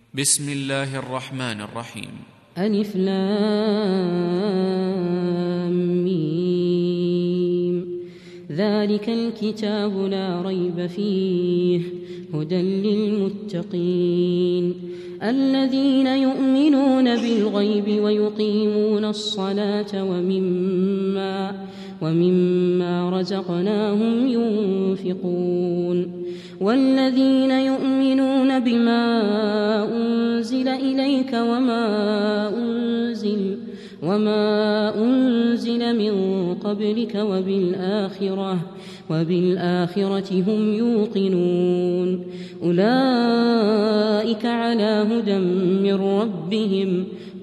بسم الله الرحمن الرحيم. ألف لام ميم. ذلك الكتاب لا ريب فيه هدى للمتقين الذين يؤمنون بالغيب ويقيمون الصلاة ومما رزقناهم ينفقون والذين يؤمنون بما أنزل إليك وما أنزل من قبلك وبالآخرة هم يوقنون أولئك على هدى من ربهم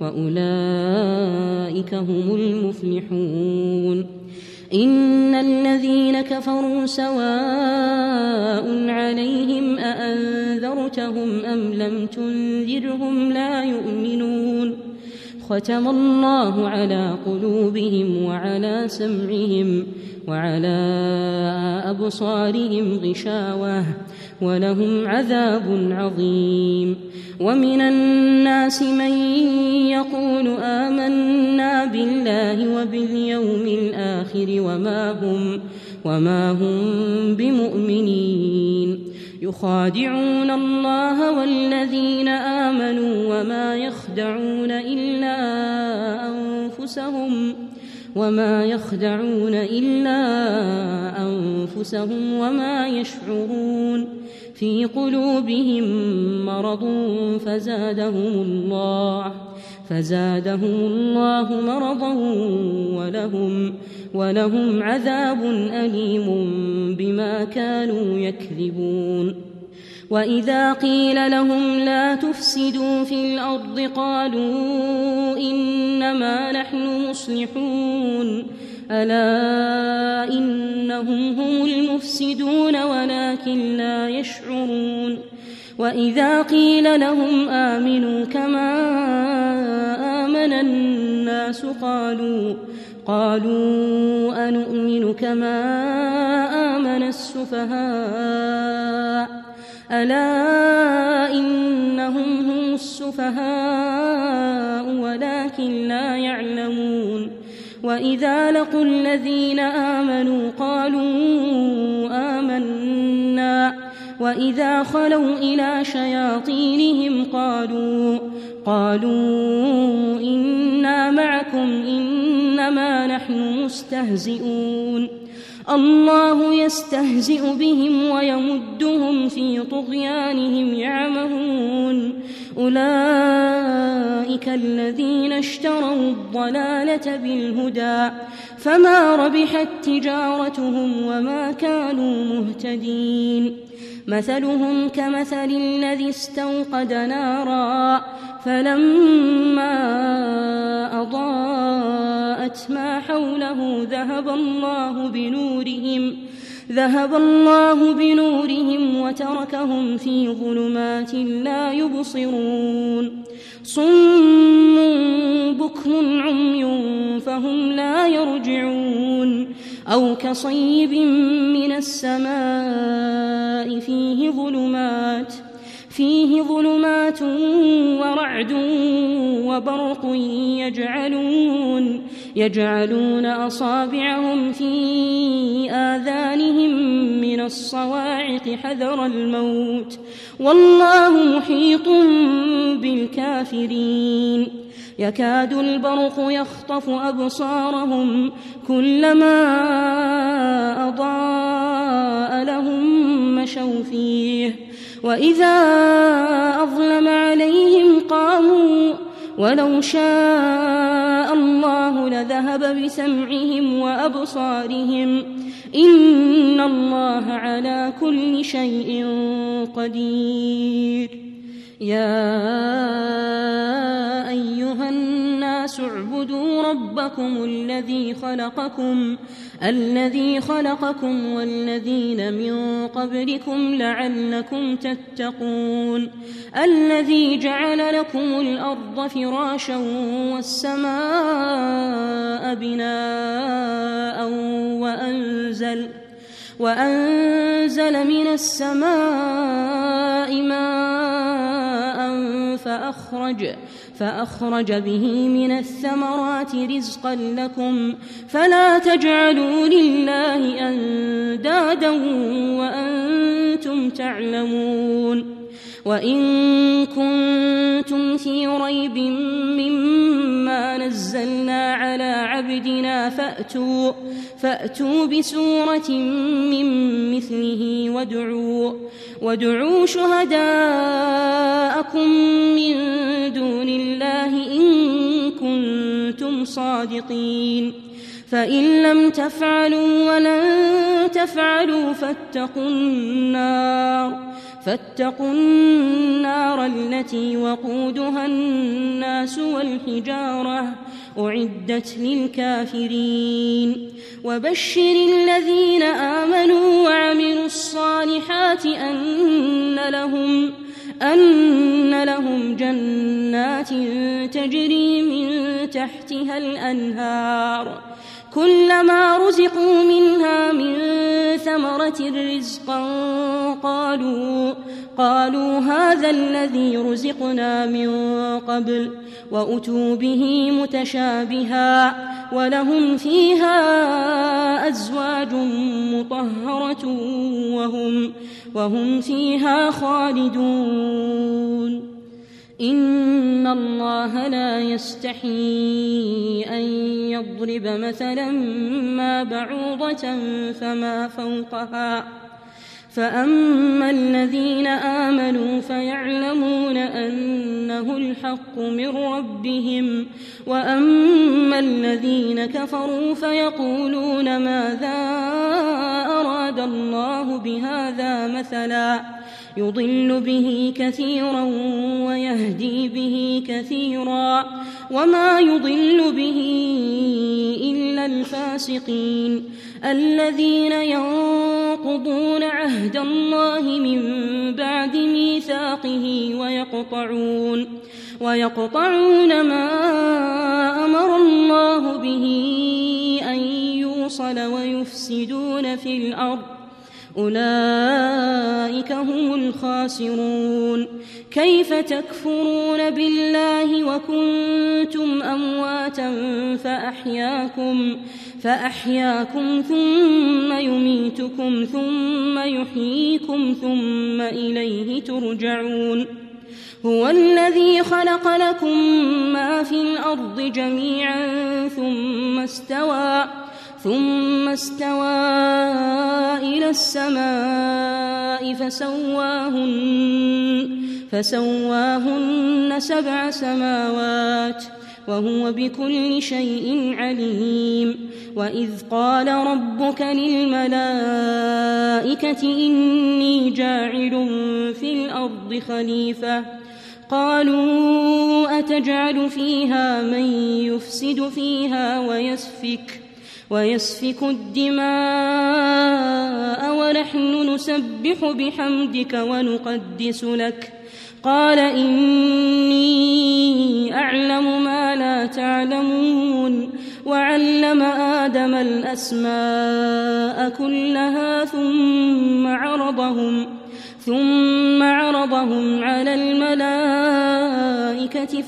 وأولئك هم المفلحون إن الذين كفروا سواء عليهم أأنذرتهم أم لم تنذرهم لا يؤمنون ختم الله على قلوبهم وعلى سمعهم وعلى أبصارهم غشاوة ولهم عذاب عظيم ومن الناس من يقول آمنا بالله وباليوم الآخر وما هم بمؤمنين يخادعون الله والذين آمنوا وما يخدعون إلا أنفسهم وما يشعرون في قلوبهم مرض فزادهم الله مرضا ولهم عذاب أليم بما كانوا يكذبون وإذا قيل لهم لا تفسدوا في الأرض قالوا إنما نحن مصلحون ألا إنهم هم المفسدون ولكن لا يشعرون وإذا قيل لهم آمنوا كما آمن الناس قالوا أنؤمن كما آمن السفهاء ألا إنهم هم السفهاء ولكن لا يعلمون وإذا لقوا الذين آمنوا قالوا آمنا وإذا خلوا إلى شياطينهم قالوا إنا معكم إنما نحن مستهزئون الله يستهزئ بهم ويمدهم في طغيانهم يعمهون أولئك الذين اشتروا الضلالة بالهدى فما ربحت تجارتهم وما كانوا مهتدين مثلهم كمثل الذي استوقد نارا فلما أضاءت ما حوله ذهب الله بنورهم وتركهم في ظلمات لا يبصرون صم بكم عمي فهم لا يرجعون أو كصيب من السماء فيه ظلمات ورعد وبرق يجعلون أصابعهم في آذانهم من الصواعق حذر الموت والله محيط بالكافرين يكاد البرق يخطف أبصارهم كلما أضاء لهم مشوا فيه وإذا أظلم عليهم قاموا ولو شاء الله لذهب بسمعهم وأبصارهم إن الله على كل شيء قدير يا أيها الناس اعبدوا ربكم الذي خلقكم والذين من قبلكم لعلكم تتقون الذي جعل لكم الأرض فراشا والسماء بناء وأنزل من السماء ماء فأخرج به من الثمرات رزقا لكم فلا تجعلوا لله أندادا وأنتم تعلمون وإن كنتم في ريب مما نزلنا على عبدنا فأتوا بسورة من مثله وادعوا شهداءكم من دون الله إن كنتم صادقين فإن لم تفعلوا ولن تفعلوا فاتقوا النار التي وقودها الناس والحجارة أعدت للكافرين وبشر الذين آمنوا وعملوا الصالحات أن لهم جنات تجري من تحتها الأنهار كلما رزقوا منها من ثمرة رزقا قالوا هذا الذي رزقنا من قبل وأتوا به متشابها ولهم فيها أزواج مطهرة وهم فيها خالدون إن الله لا يستحيي أن يضرب مثلا ما بعوضة فما فوقها فأما الذين آمنوا فيعلمون أنه الحق من ربهم وأما الذين كفروا فيقولون ماذا أراد الله بهذا مثلا يضل به كثيرا ويهدي به كثيرا وما يضل به إلا الفاسقين الذين ينقضون عهد الله من بعد ميثاقه ويقطعون ما أمر الله به أن يوصل ويفسدون في الأرض أولئك هم الخاسرون كيف تكفرون بالله وكنتم أمواتا فأحياكم ثم يميتكم ثم يحييكم ثم إليه ترجعون هو الذي خلق لكم ما في الأرض جميعا ثم استوى إلى السماء فسواهن 7 سماوات وهو بكل شيء عليم وإذ قال ربك للملائكة إني جاعل في الأرض خليفة قالوا أتجعل فيها من يفسد فيها ويسفك الدماء ونحن نسبح بحمدك ونقدس لك قال إني أعلم ما لا تعلمون وعلم آدم الأسماء كلها ثم عرضهم على الملائكة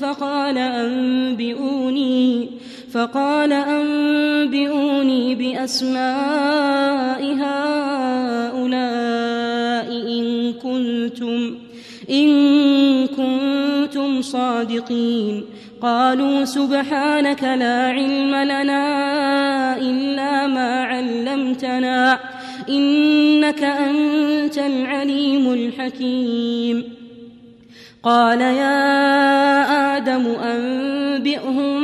فقال أنبئوني بأسماء هؤلاء إن كنتم صادقين قالوا سبحانك لا علم لنا إلا ما علمتنا إنك أنت العليم الحكيم قال يا آدم أنبئهم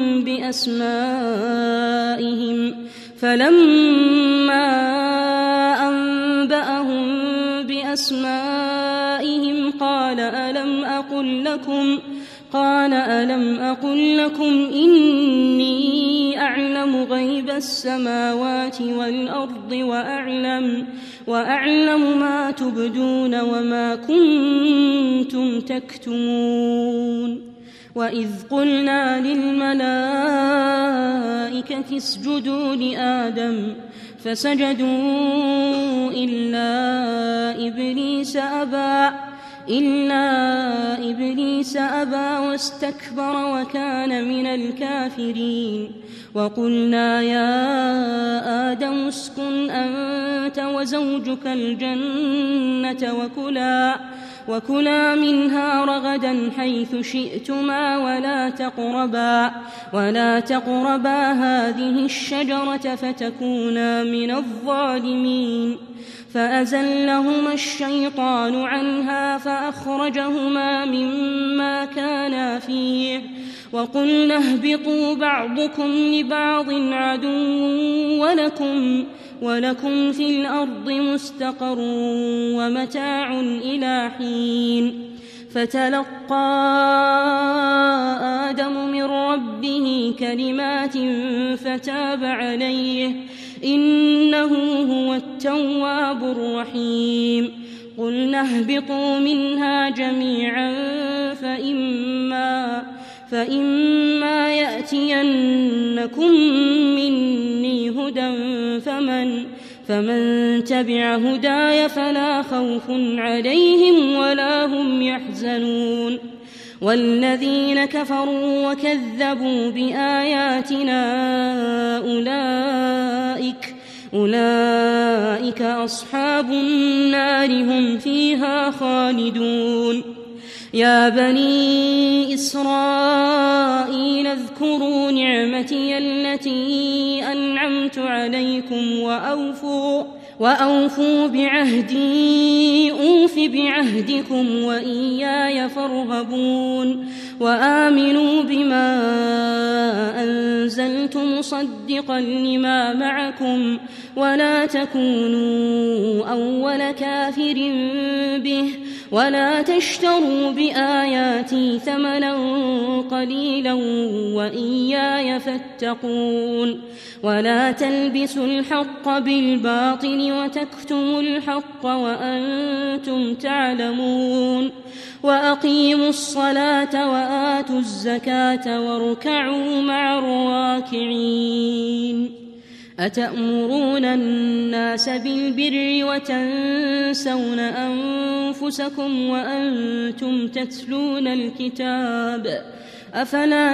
بأسمائهم فلما أنبأهم بأسمائهم قال ألم أقل لكم إني أعلم غيب السماوات والأرض وأعلم ما تبدون وما كنتم تكتمون وإذ قلنا للملائكة اسجدوا لآدم فسجدوا إلا إلا إبليس أبى واستكبر وكان من الكافرين وقلنا يا آدم اسكن أنت وزوجك الجنة وكلا منها رغدا حيث شئتما ولا تقربا هذه الشجرة فتكونا من الظالمين فأزلهما الشيطان عنها فأخرجهما مما كانا فيه وقلنا اهبطوا بعضكم لبعض عدو ولكم في الأرض مستقر ومتاع إلى حين فتلقى آدم من ربه كلمات فتاب عليه إنه هو التواب الرحيم قلنا اهبطوا منها جميعا فإما يأتينكم مني هدى فمن تبع هداي فلا خوف عليهم ولا هم يحزنون والذين كفروا وكذبوا بآياتنا أولئك أصحاب النار هم فيها خالدون يا بني إسرائيل اذكروا نعمتي التي أنعمت عليكم وأوفوا بعهدي أوف بعهدكم وإياي فارهبون وآمنوا بما أنزلت مصدقا لما معكم ولا تكونوا أول كافر به ولا تشتروا بآياتي ثمنا قليلا وإياي فاتقون ولا تلبسوا الحق بالباطل وتكتموا الحق وأنتم تعلمون وأقيموا الصلاة وآتوا الزكاة واركعوا مع الراكعين أتأمرون الناس بالبر وتنسون أنفسكم وأنتم تتلون الكتاب أفلا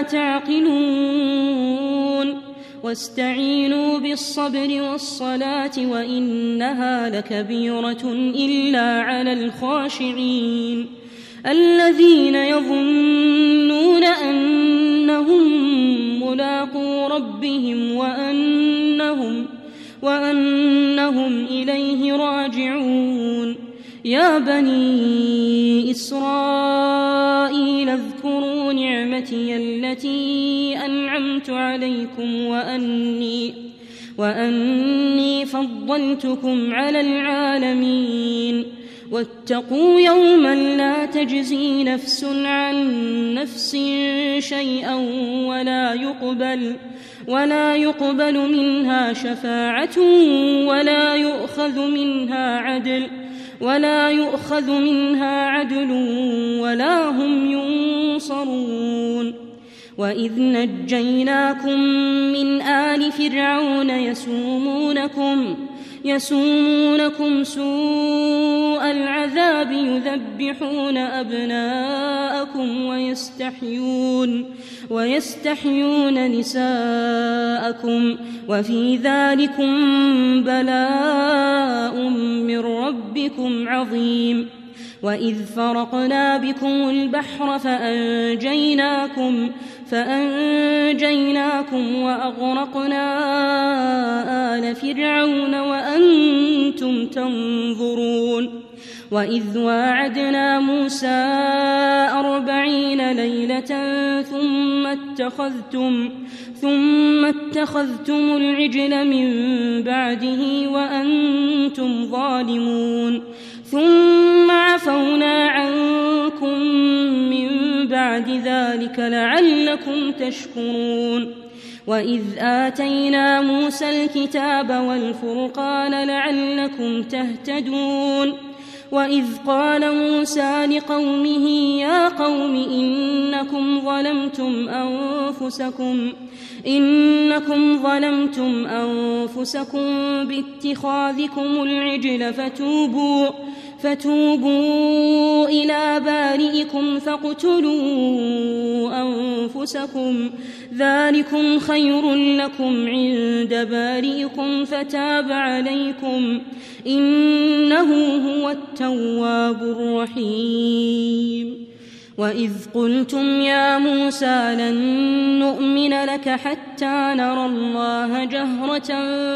تعقلون واستعينوا بالصبر والصلاة وإنها لكبيرة إلا على الخاشعين الذين يظنون أنهم ملاقو ربهم وأنهم إليه راجعون يا بني إسرائيل اذكروا نعمتي التي أنعمت عليكم وأني فضلتكم على العالمين واتقوا يوما لا تجزي نفس عن نفس شيئا ولا يقبل منها شفاعة ولا يؤخذ منها عدل ولا هم ينصرون وإذ نجيناكم من آل فرعون يسومونكم سوء العذاب يذبحون أبناءكم ويستحيون نساءكم وفي ذلكم بلاء من ربكم عظيم وإذ فرقنا بكم البحر فأنجيناكم وأغرقنا آل فرعون وأنتم تنظرون وإذ واعدنا موسى 40 ليلة ثم اتخذتم العجل من بعده وأنتم ظالمون ثم عفونا عنكم من بعد ذلك لعلكم تشكرون وإذ آتينا موسى الكتاب والفرقان لعلكم تهتدون وإذ قال موسى لقومه يا قوم إنكم ظلمتم أنفسكم باتخاذكم العجل فتوبوا إلى بارئكم فاقتلوا أنفسكم ذلكم خير لكم عند بارئكم فتاب عليكم إنه هو التواب الرحيم. وإذ قلتم يا موسى لن نؤمن لك حتى نرى الله جهرة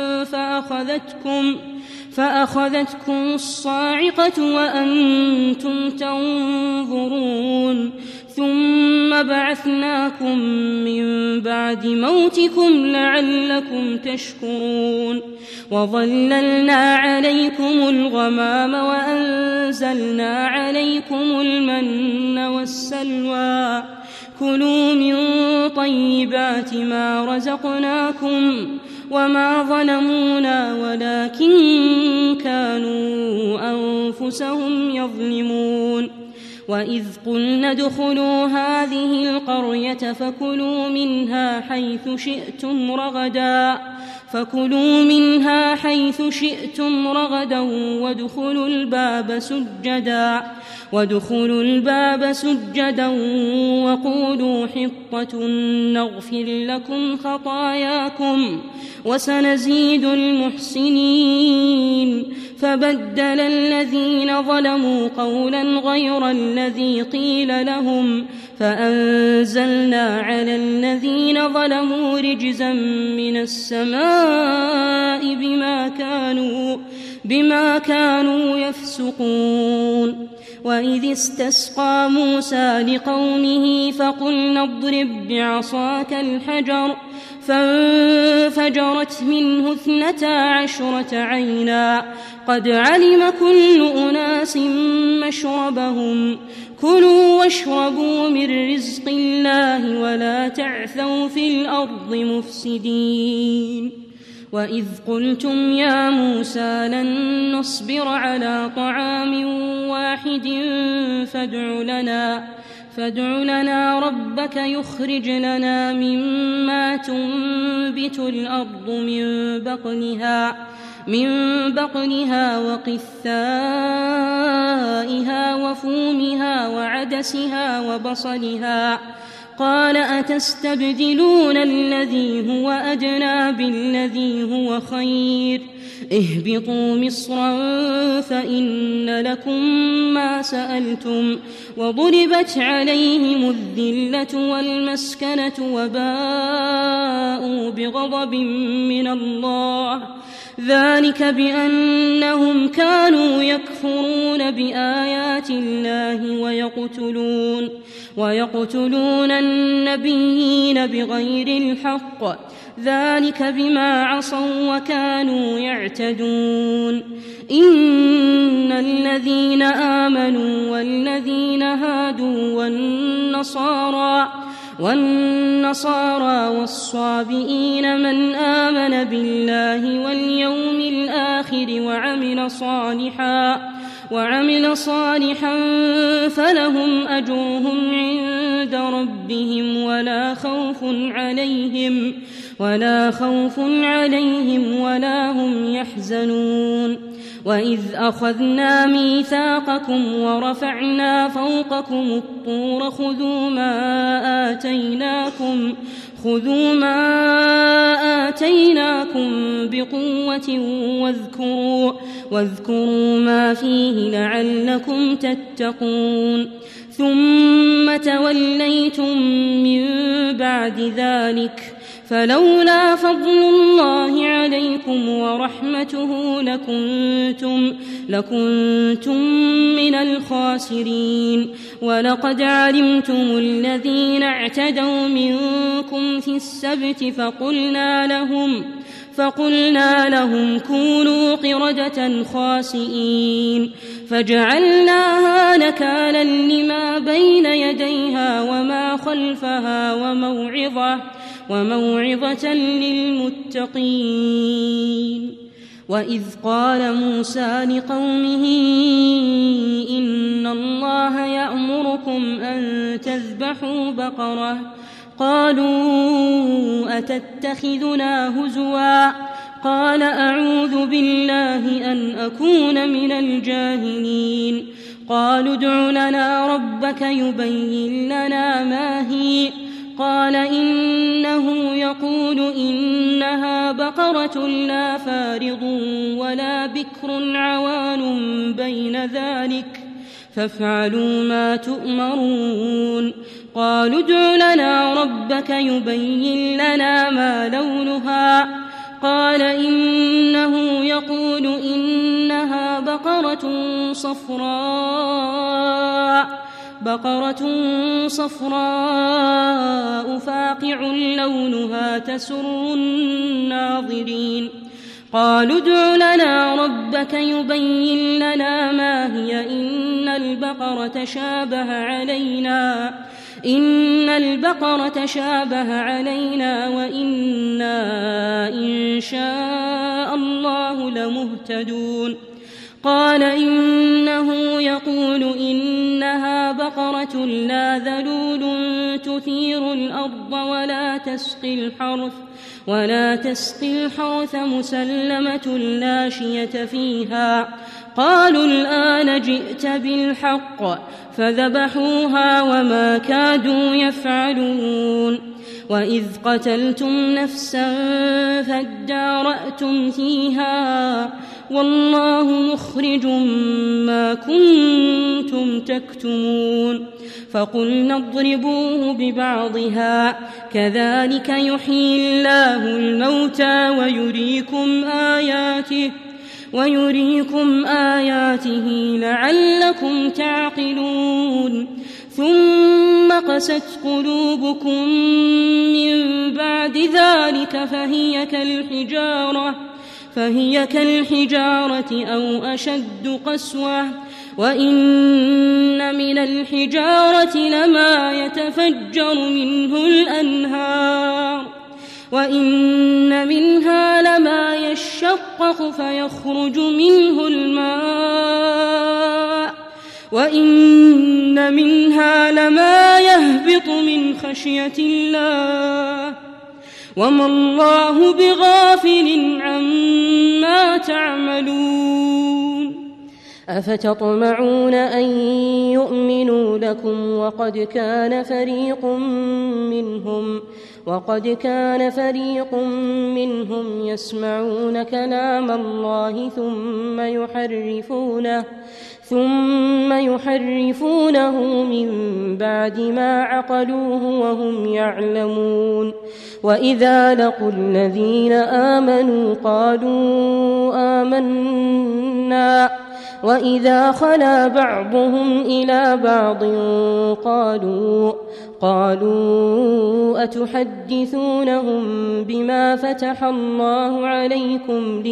فأخذتكم الصاعقة وأنتم تنظرون ثم بعثناكم من بعد موتكم لعلكم تشكرون. وظللنا عليكم الغمام وأنزلنا عليكم المن والسلوى كلوا من طيبات ما رزقناكم وما ظلمونا ولكن كانوا أنفسهم يظلمون. وإذ قلنا ادخلوا هذه القرية فكلوا منها حيث شئتم رغدا وادخلوا الباب سجدا وقولوا حطة نغفر لكم خطاياكم وسنزيد المحسنين. فبدل الذين ظلموا قولا غير الذي قيل لهم فأنزلنا على الذين ظلموا رجزا من السماء بما كانوا يفسقون. وإذ استسقى موسى لقومه فقلنا اضرب بعصاك الحجر فانفجرت منه 12 عينا قد علم كل أناس مشربهم كلوا واشربوا من رزق الله ولا تعثوا في الأرض مفسدين. وإذ قلتم يا موسى لن نصبر على طعام واحد فادع لنا ربك يخرج لنا مما تنبت الأرض من بقلها وقثائها وفومها وعدسها وبصلها قال أتستبدلون الذي هو أدنى بالذي هو خير اهبطوا مصرا فإن لكم ما سألتم وضربت عليهم الذلة والمسكنة وباءوا بغضب من الله ذلك بأنهم كانوا يكفرون بآيات الله ويقتلون النبيين بغير الحق ذلك بما عصوا وكانوا يعتدون. إن الذين آمنوا والذين هادوا والنصارى والصابئين من آمن بالله واليوم الآخر وعمل صالحا فلهم أجرهم عند ربهم ولا خوف عليهم ولا هم يحزنون. وإذ أخذنا ميثاقكم ورفعنا فوقكم الطور خذوا ما آتيناكم بقوة واذكروا ما فيه لعلكم تتقون. ثم توليتم من بعد ذلك فلولا فضل الله عليكم ورحمته لكنتم من الخاسرين. ولقد علمتم الذين اعتدوا منكم في السبت فقلنا لهم كونوا قردة خاسئين فجعلناها نكالا لما بين يديها وما خلفها وموعظة للمتقين. وإذ قال موسى لقومه إن الله يأمركم أن تذبحوا بقرة قالوا أتتخذنا هزوا قال أعوذ بالله أن أكون من الجاهلين قالوا ادع لنا ربك يبين لنا ما هي قال إنه يقول إنها بقرة لا فارض ولا بكر عوان بين ذلك فافعلوا ما تؤمرون قالوا ادع لنا ربك يبين لنا ما لونها قال إنه يقول إنها بقرة صفراء فاقع لونها تسر الناظرين قالوا ادع لنا ربك يبين لنا ما هي إن البقرة شابه علينا وإنا إن شاء الله لمهتدون قال إنه يقول إنها بقرة لا ذلول تثير الأرض ولا تسقي الحرث مسلمة لا شية فيها قالوا الآن جئت بالحق فذبحوها وما كادوا يفعلون وإذ قتلتم نفسا فادارأتم فيها والله مخرج ما كنتم تكتمون فقلنا اضربوه ببعضها كذلك يحيي الله الموتى ويريكم آياته لعلكم تعقلون ثم قست قلوبكم من بعد ذلك فهي كالحجارة أو أشد قسوة وإن من الحجارة لما يتفجر منه الأنهار وإن منها لما يشقق فيخرج منه الماء وإن منها لما يهبط من خشية الله وما الله بغافل عما تعملون أفتطمعون أن يؤمنوا لكم وقد كان فريق منهم يسمعون كلام الله ثم يحرفونه من بعد ما عقلوه وهم يعلمون وإذا لقوا الذين آمنوا قالوا آمنا وإذا خلا بعضهم إلى بعض قالوا أتحدثونهم بما فتح الله عليكم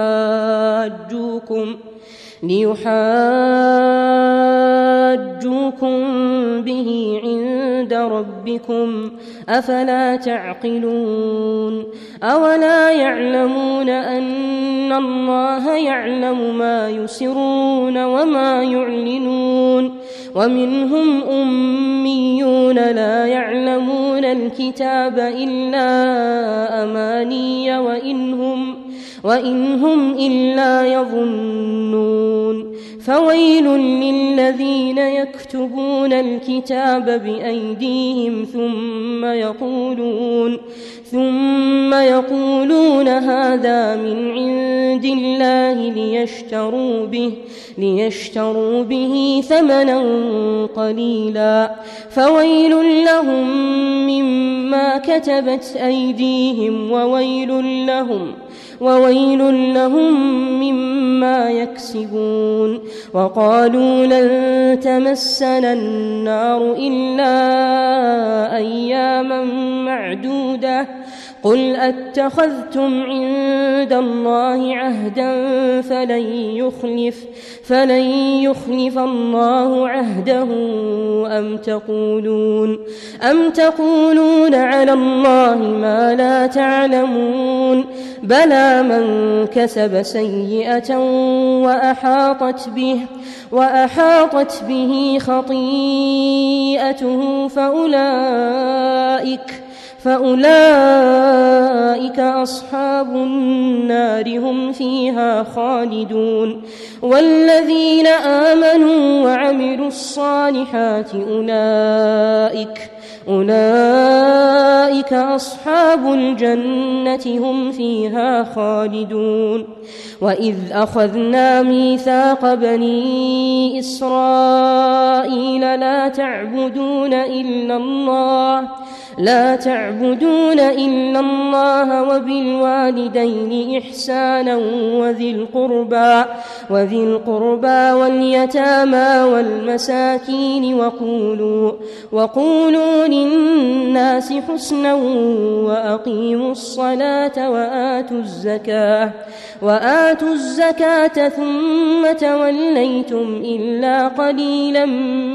ليحاجوكم به عند ربكم أفلا تعقلون أولا يعلمون أن الله يعلم ما يسرون وما يعلنون ومنهم أميون لا يعلمون الكتاب إلا أماني وإن هم إلا يظنون فويل للذين يكتبون الكتاب بأيديهم ثم يقولون هذا من عند الله ليشتروا به ثمنا قليلا فويل لهم مما كتبت أيديهم وويل لهم مما يكسبون وقالوا لن تمسنا النار إلا أياما معدودة قل أتخذتم عند الله عهدا فلن يخلف الله عهده أم تقولون على الله ما لا تعلمون بلى من كسب سيئة وأحاطت به خطيئته فأولئك أصحاب النار هم فيها خالدون. والذين آمنوا وعملوا الصالحات أولئك أصحاب الجنة هم فيها خالدون. وإذ أخذنا ميثاق بني إسرائيل لا تعبدون إلا الله وبالوالدين إحسانا وذي القربى واليتامى والمساكين وقولوا للناس حسنا وأقيموا الصلاة وآتوا الزكاة ثم توليتم إلا قليلا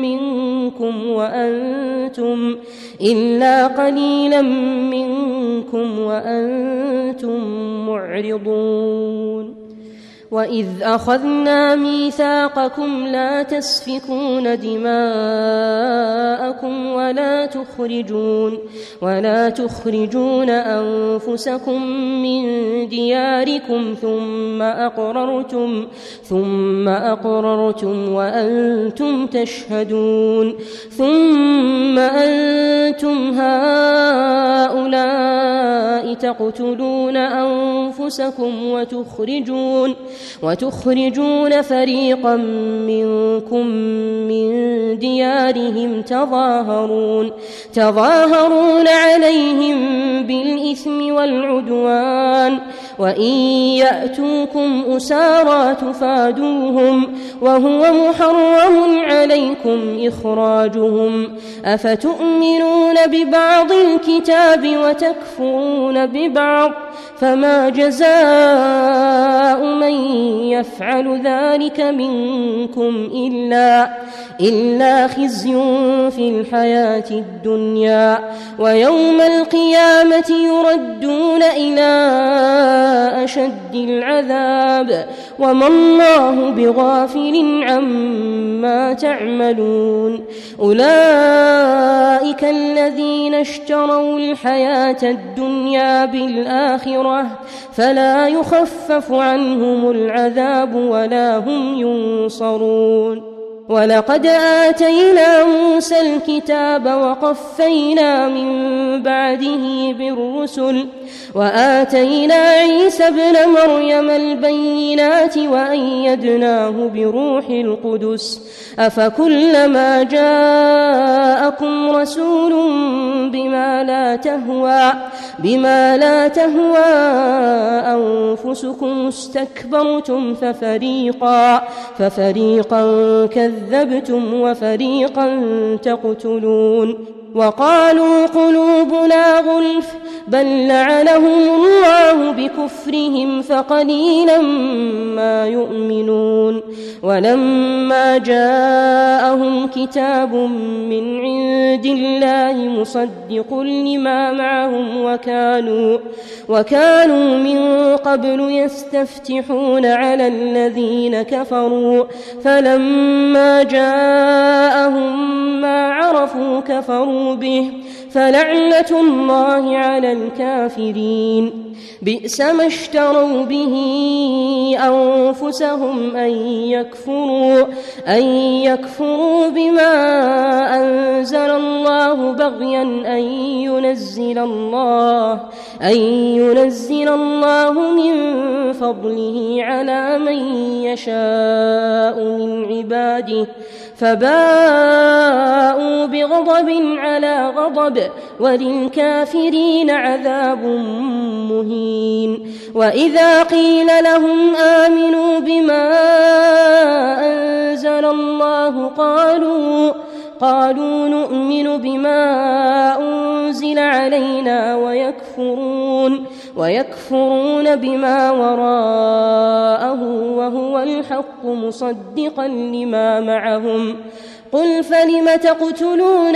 منكم وأنتم معرضون. وإذ أخذنا ميثاقكم لا تسفكون دماءكم ولا تخرجون أنفسكم من دياركم ثم أقررتم وأنتم تشهدون. ثم أنتم هؤلاء تقتلون أنفسكم وتخرجون فريقا منكم من ديارهم تظاهرون عليهم بالإثم والعدوان وإن يأتوكم أسارى تفادوهم وهو محرم عليكم إخراجهم. أفتؤمنون ببعض الكتاب وتكفرون ببعض فما جزاء من يفعل ذلك منكم إلا خزي في الحياة الدنيا ويوم القيامة يردون إلى أشد العذاب وما الله بغافل عما تعملون. أولئك الذين اشتروا الحياة الدنيا بالآخرة فلا يخفف عنهم العذاب ولا هم ينصرون. ولقد آتينا موسى الكتاب وقفينا من بعده بالرسل وآتينا عيسى ابن مريم البينات وأيدناه بروح القدس. أفكلما جاءكم رسول بما لا تهوى أنفسكم استكبرتم ففريقا كذبتم وفريقا تقتلون. وقالوا قلوبنا غلف بل لعنهم الله بكفرهم فقليلا ما يؤمنون. ولما جاءهم كتاب من عند الله مصدق لما معهم وكانوا من قبل يستفتحون على الذين كفروا فلما جاءهم ما عرفوا كفروا به فلعنة الله على الكافرين. بئس ما اشتروا به أنفسهم أن يكفروا بما أنزل الله بغيا أن ينزل الله من فضله على من يشاء من عباده فباءوا بغضب على غضب وللكافرين عذاب مهين. وإذا قيل لهم آمنوا بما أنزل الله قالوا نؤمن بما أنزل علينا ويكفرون بما وراءه وهو الحق مصدقا لما معهم. قل فلم تقتلون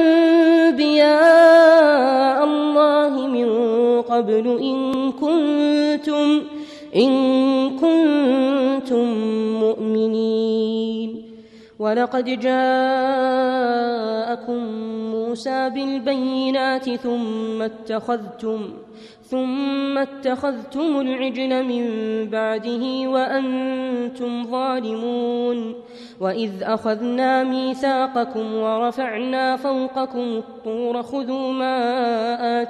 أنبياء الله من قبل إن كنتم مؤمنين. ولقد جاءكم موسى بالبينات ثم اتخذتم العجل من بعده وأنتم ظالمون. وإذ أخذنا ميثاقكم ورفعنا فوقكم الطور خذوا ما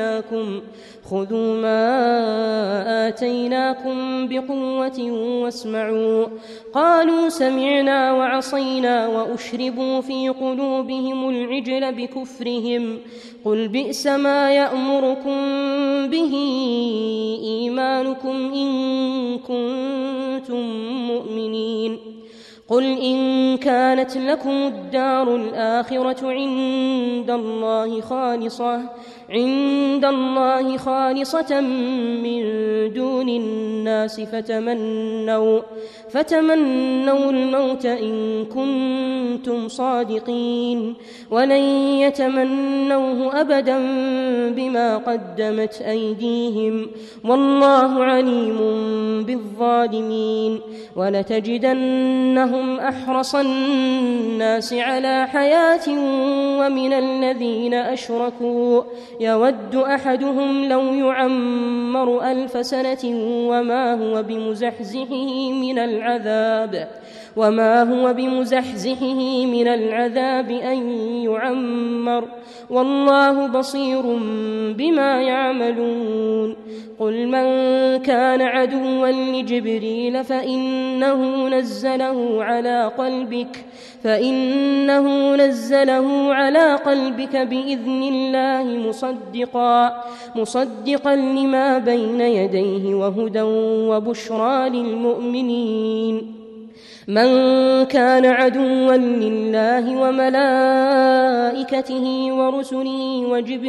آتيناكم بقوة واسمعوا. قالوا سمعنا وعصينا وأشربوا في قلوبهم العجل بكفرهم. قل بئس ما يأمركم به إيمانكم إن كنتم مؤمنين. قل إن كانت لكم الدار الآخرة عند الله خالصة من دون الناس فتمنوا الموت إن كنتم صادقين ولن يتمنوه أبدا بما قدمت أيديهم والله عليم بالظالمين. ولتجدنهم أحرص الناس على حياة ومن الذين أشركوا يود أحدهم لو يعمر 1000 سنة وما هو بمزحزحه من العذاب أن يعمر والله بصير بما يعملون. قل من كان عدوا لجبريل فإنه نزله على قلبك بإذن الله مصدقا لما بين يديه وهدى وبشرى للمؤمنين. من كان عدوا لله وملائكته ورسله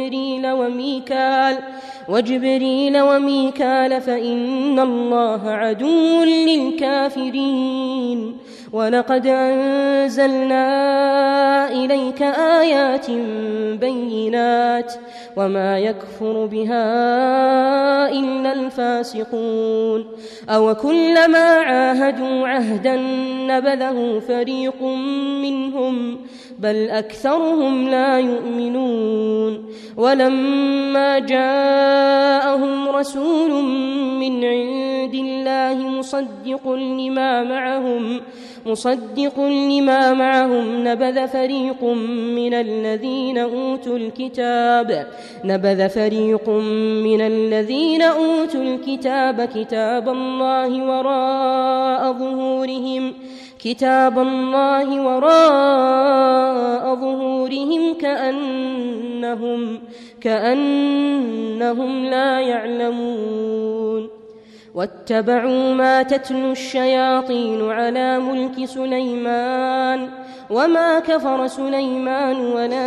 وجبريل وميكال فإن الله عدو للكافرين. ولقد أنزلنا إليك آيات بينات وما يكفر بها إلا الفاسقون. أو كلما عاهدوا عهدا نبذه فريق منهم بل أكثرهم لا يؤمنون. ولما جاءهم رسول من عند الله مصدق لما معهم نبذ فريق من الذين أوتوا الكتاب كتاب الله وراء ظهورهم كأنهم لا يعلمون. واتبعوا ما تتلو الشياطين على ملك سليمان وما كفر سليمان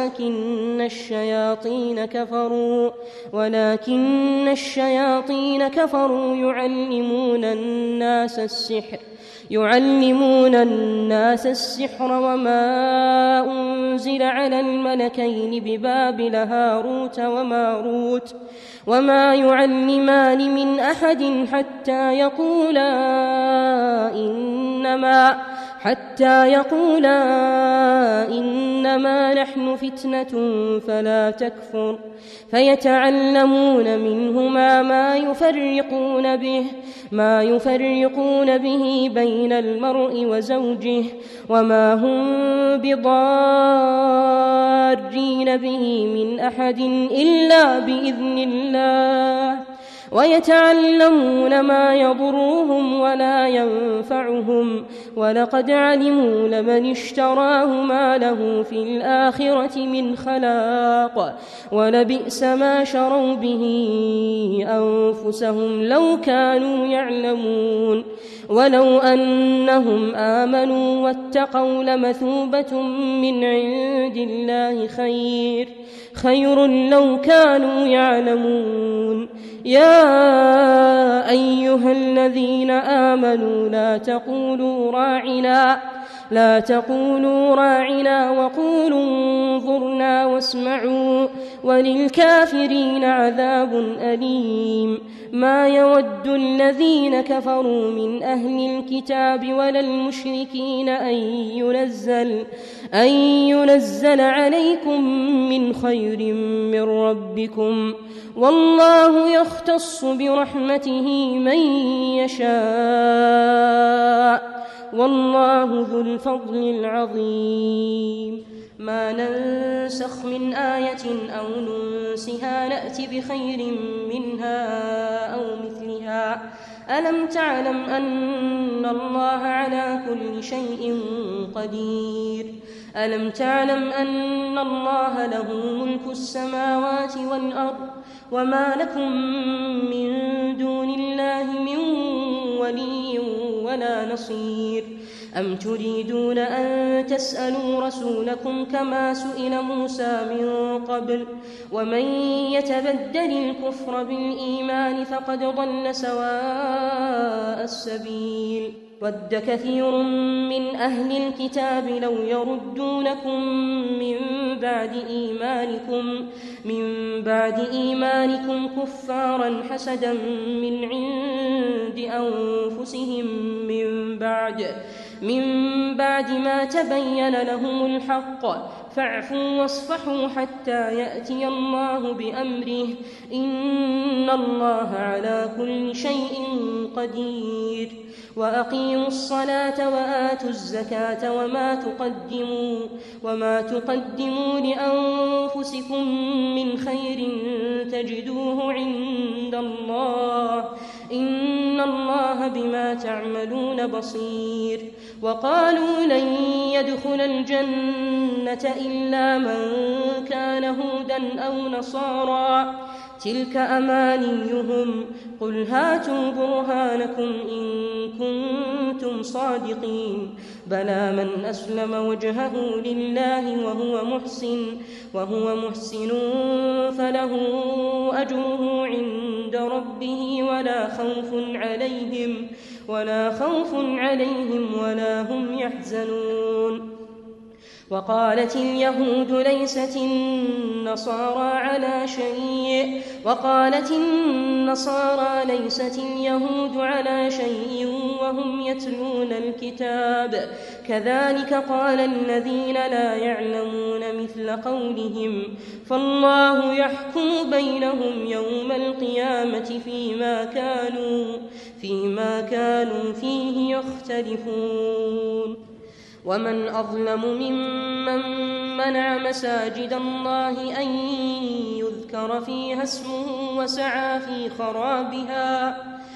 ولكن الشياطين كفروا يعلمون الناس السحر وما أنزل على الملكين ببابل هاروت وماروت وما يعلمان من أحد حتى يقولا إنما نحن فتنة فلا تكفر فيتعلمون منهما ما يفرقون به بين المرء وزوجه وما هم بضارين به من أحد إلا بإذن الله ويتعلمون ما يضرهم ولا ينفعهم ولقد علموا لمن اشتراه ما له في الآخرة من خلاق ولبئس ما شروا به أنفسهم لو كانوا يعلمون. ولو أنهم آمنوا واتقوا لمثوبة من عند الله خير لو كانوا يعلمون. يا أيها الذين آمنوا لا تقولوا راعنا وقولوا انظرنا واسمعوا وللكافرين عذاب أليم. ما يود الذين كفروا من أهل الكتاب ولا المشركين أن ينزل عليكم من خير من ربكم، والله يختص برحمته من يشاء، والله ذو الفضل العظيم. ما ننسخ من آية أو ننسها نأت بخير منها أو مثلها. ألم تعلم أن الله على كل شيء قدير؟ ألم تعلم أن الله له ملك السماوات والأرض وما لكم من دون الله من ولي ولا نصير؟ أم تريدون أن تسألوا رسولكم كما سئل موسى من قبل؟ ومن يتبدل الكفر بالإيمان فقد ضل سواء السبيل. ود كثير من أهل الكتاب لو يردونكم من بعد إيمانكم كفارا حسدا من عند أنفسهم من بعد ما تبين لهم الحق، فاعفوا واصفحوا حتى يأتي الله بأمره، إن الله على كل شيء قدير. وأقيموا الصلاة وآتوا الزكاة وما تقدموا لأنفسكم من خير تجدوه عند الله، إن الله بما تعملون بصير. وقالوا لن يدخل الجنة إلا من كان هودا أو نصارى، تلك أمانيهم، قل هاتوا برهانكم إن كنتم صادقين. بلى من أسلم وجهه لله وهو محسن فله أجره عند ربه ولا خوف عليهم ولا هم يحزنون. وقالت اليهود ليست النصارى ليست اليهود على شيء وهم يتلون الكتاب، كذلك قال الذين لا يعلمون مثل قولهم، فالله يحكم بينهم يوم القيامة فيما كانوا فيه يختلفون. ومن أظلم ممن منع مساجد الله أن يذكر فيها اسمه وسعى في خرابها،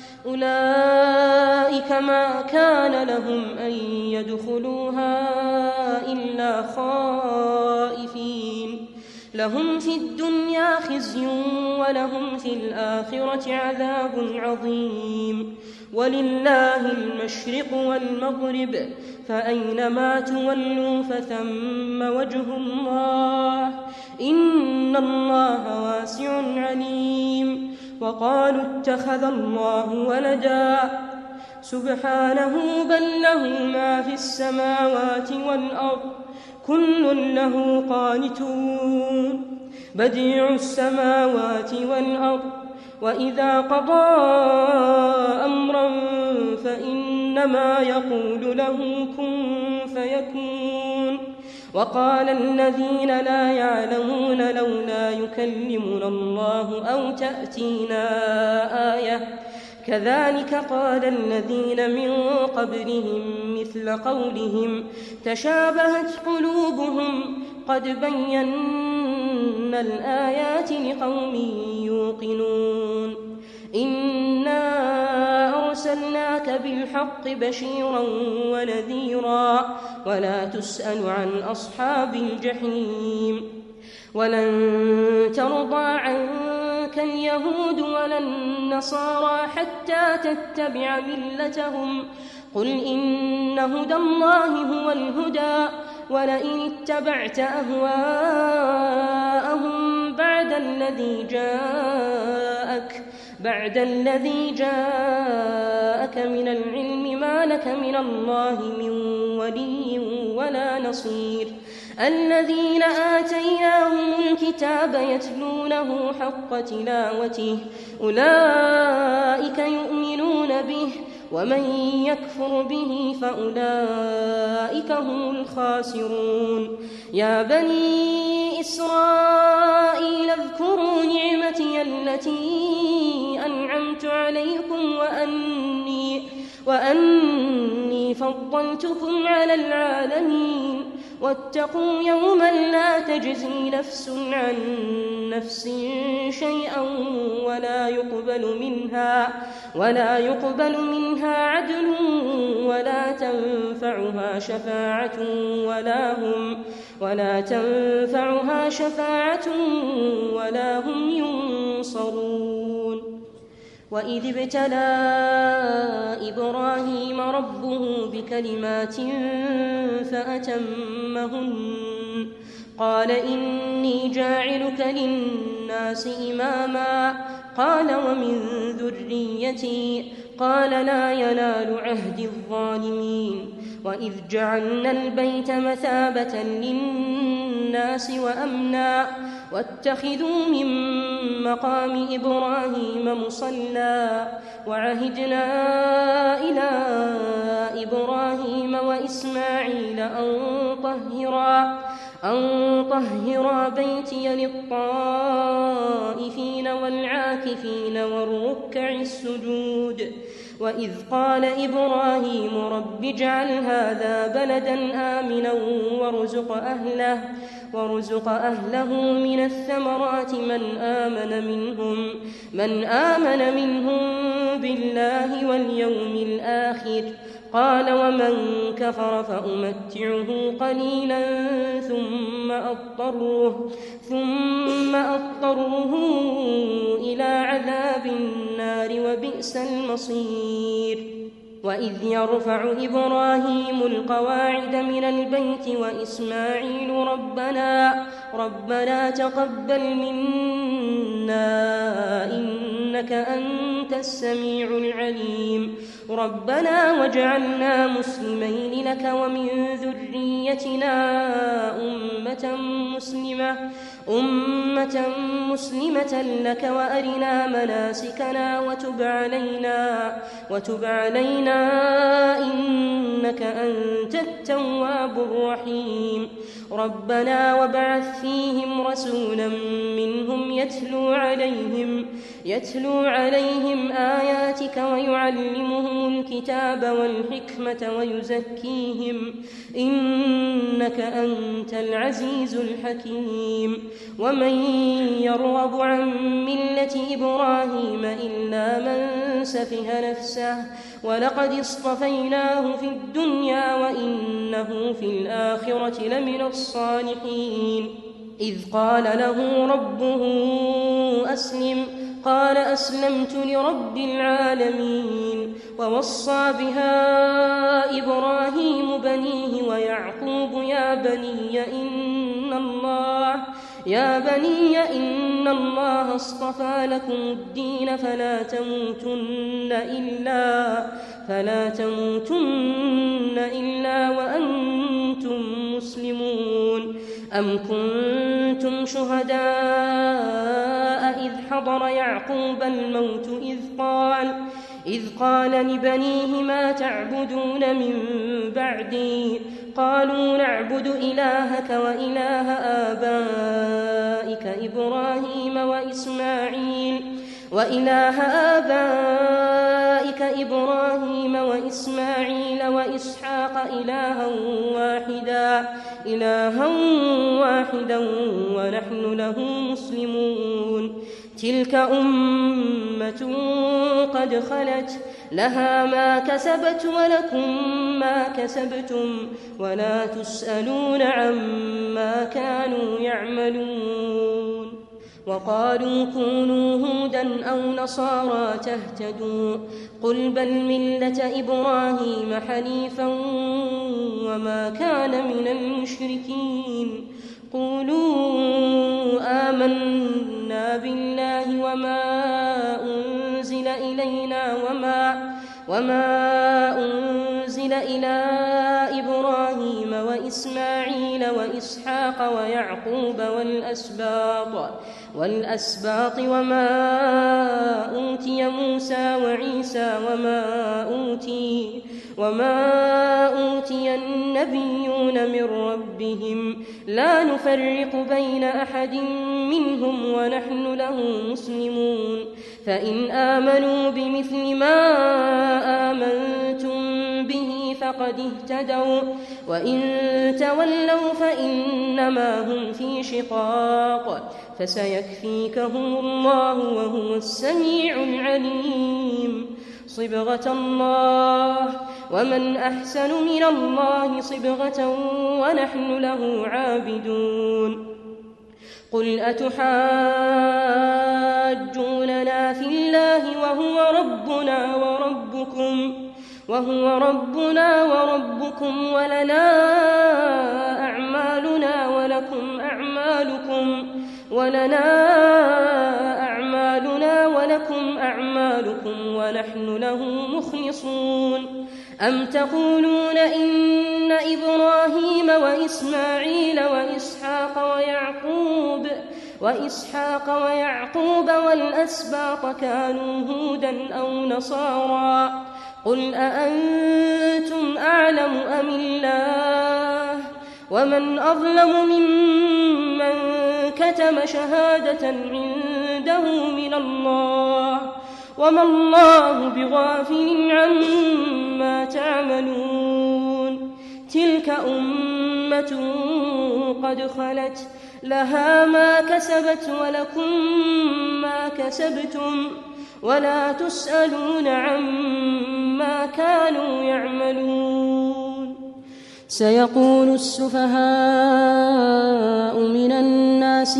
أولئك ما كان لهم أن يدخلوها إلا خائفين، لهم في الدنيا خزي ولهم في الآخرة عذاب عظيم. ولله المشرق والمغرب، فأينما تولوا فثم وجه الله، إن الله واسع عليم. وقالوا اتخذ الله ولدا، سبحانه بل له ما في السماوات والأرض، كل له قانتون. بديع السماوات والأرض، وإذا قضى أمرا فإنما يقول له كن فيكون. وقال الذين لا يعلمون لولا يكلمنا الله أو تأتينا آية، كذلك قال الذين من قبلهم مثل قولهم تشابهت قلوبهم، قد بينا الآيات لقوم يوقنون. إنا أرسلناك بالحق بشيرا ونذيرا، ولا تسأل عن أصحاب الجحيم. ولن ترضى عنك اليهود ولا النصارى حتى تتبع ملتهم، قل إن هدى الله هو الهدى، ولئن اتبعت أهواءهم بعد الذي جاءك من العلم ما لك من الله من ولي ولا نصير. الذين آتيناهم الكتاب الكتاب يتلونه حق تلاوته أولئك يؤمنون به ومن يكفر به فأولئك هم الخاسرون يا بني إسرائيل اذكروا نعمتي التي أنعمت عليكم وأني فضلتكم على العالمين واتقوا يوما لا تجزي نفس عن نفس شيئا ولا يقبل منها عدل ولا تنفعها شفاعة ولا هم ينصرون وإذ ابتلى إبراهيم ربه بكلمات فأتمهن قال إني جاعلك للناس إماما قال ومن ذريتي قال لا ينال عهد الظالمين وإذ جعلنا البيت مثابة للناس وأمنا واتخذوا من مقام إبراهيم مصلى وعهدنا إلى إبراهيم وإسماعيل أن طهرا بيتي للطائفين والعاكفين والركع السجود وإذ قال إبراهيم رب اجعل هذا بلدا آمنا وارزق أهله من الثمرات من آمن منهم بالله واليوم الآخر قال ومن كفر فأمتعه قليلا ثم أضطره إلى عذاب النار وبئس المصير وإذ يرفع إبراهيم القواعد من البيت وإسماعيل ربنا تقبل منا إنك أنت السميع العليم ربنا واجعلنا مسلمين لك ومن ذريتنا أمة مسلمة لك وأرنا مناسكنا وتب علينا إنك أنت التواب الرحيم ربنا وابعث فيهم رسولا منهم يتلو عليهم آياتك ويعلمهم الكتاب والحكمة ويزكيهم إنك أنت العزيز الحكيم ومن يرغب عن ملة إبراهيم إلا من سفه نفسه ولقد اصطفيناه في الدنيا وإنه في الآخرة لمن الصالحين إذ قال له ربه أسلم قال أسلمت لرب العالمين ووصى بها إبراهيم بنيه ويعقوب يا بني إن الله اصطفى لكم الدين فلا تموتن إلا وأنتم مسلمون أم كنتم شهداء إذ حضر يعقوب الموت إذ قال لبنيه ما تعبدون من بعدي قالوا نعبد إلهك وإله آبائك إبراهيم وإسماعيل وإسحاق إلها واحدا ونحن له مسلمون تلك أمة قد خلت لها ما كسبت ولكم ما كسبتم ولا تسألون عما كانوا يعملون وقالوا كونوا هودا أو نصارى تهتدوا قل بل ملة إبراهيم حنيفا وما كان من المشركين قولوا آمنا بالله وما أنزل إلينا وما أنزل إلى إبراهيم وإسماعيل وإسحاق ويعقوب والأسباط وما أوتي موسى وعيسى وما أوتي النبيون من ربهم لا نفرق بين أحد منهم ونحن له مسلمون فإن آمنوا بمثل ما آمنتم به فقد اهتدوا وإن تولوا فإنما هم في شقاق فسيكفيكهم الله وهو السميع العليم صبغة الله ومن أحسن من الله صبغة ونحن له عابدون قل أتحاجوننا في الله وهو ربنا وربكم ولنا أعمالنا ولكم أعمالكم ونحن له مخلصون أم تقولون إن إبراهيم وإسماعيل وإسحاق ويعقوب والأسباط كانوا هودا أو نصارى قل أأنتم أعلم أم الله ومن أظلم ممن كتم شهادة عنده من الله وما الله بغافل عما تعملون تلك أمة قد خلت لها ما كسبت ولكم ما كسبتم ولا تسألون عما كانوا يعملون سيقول السفهاء من الناس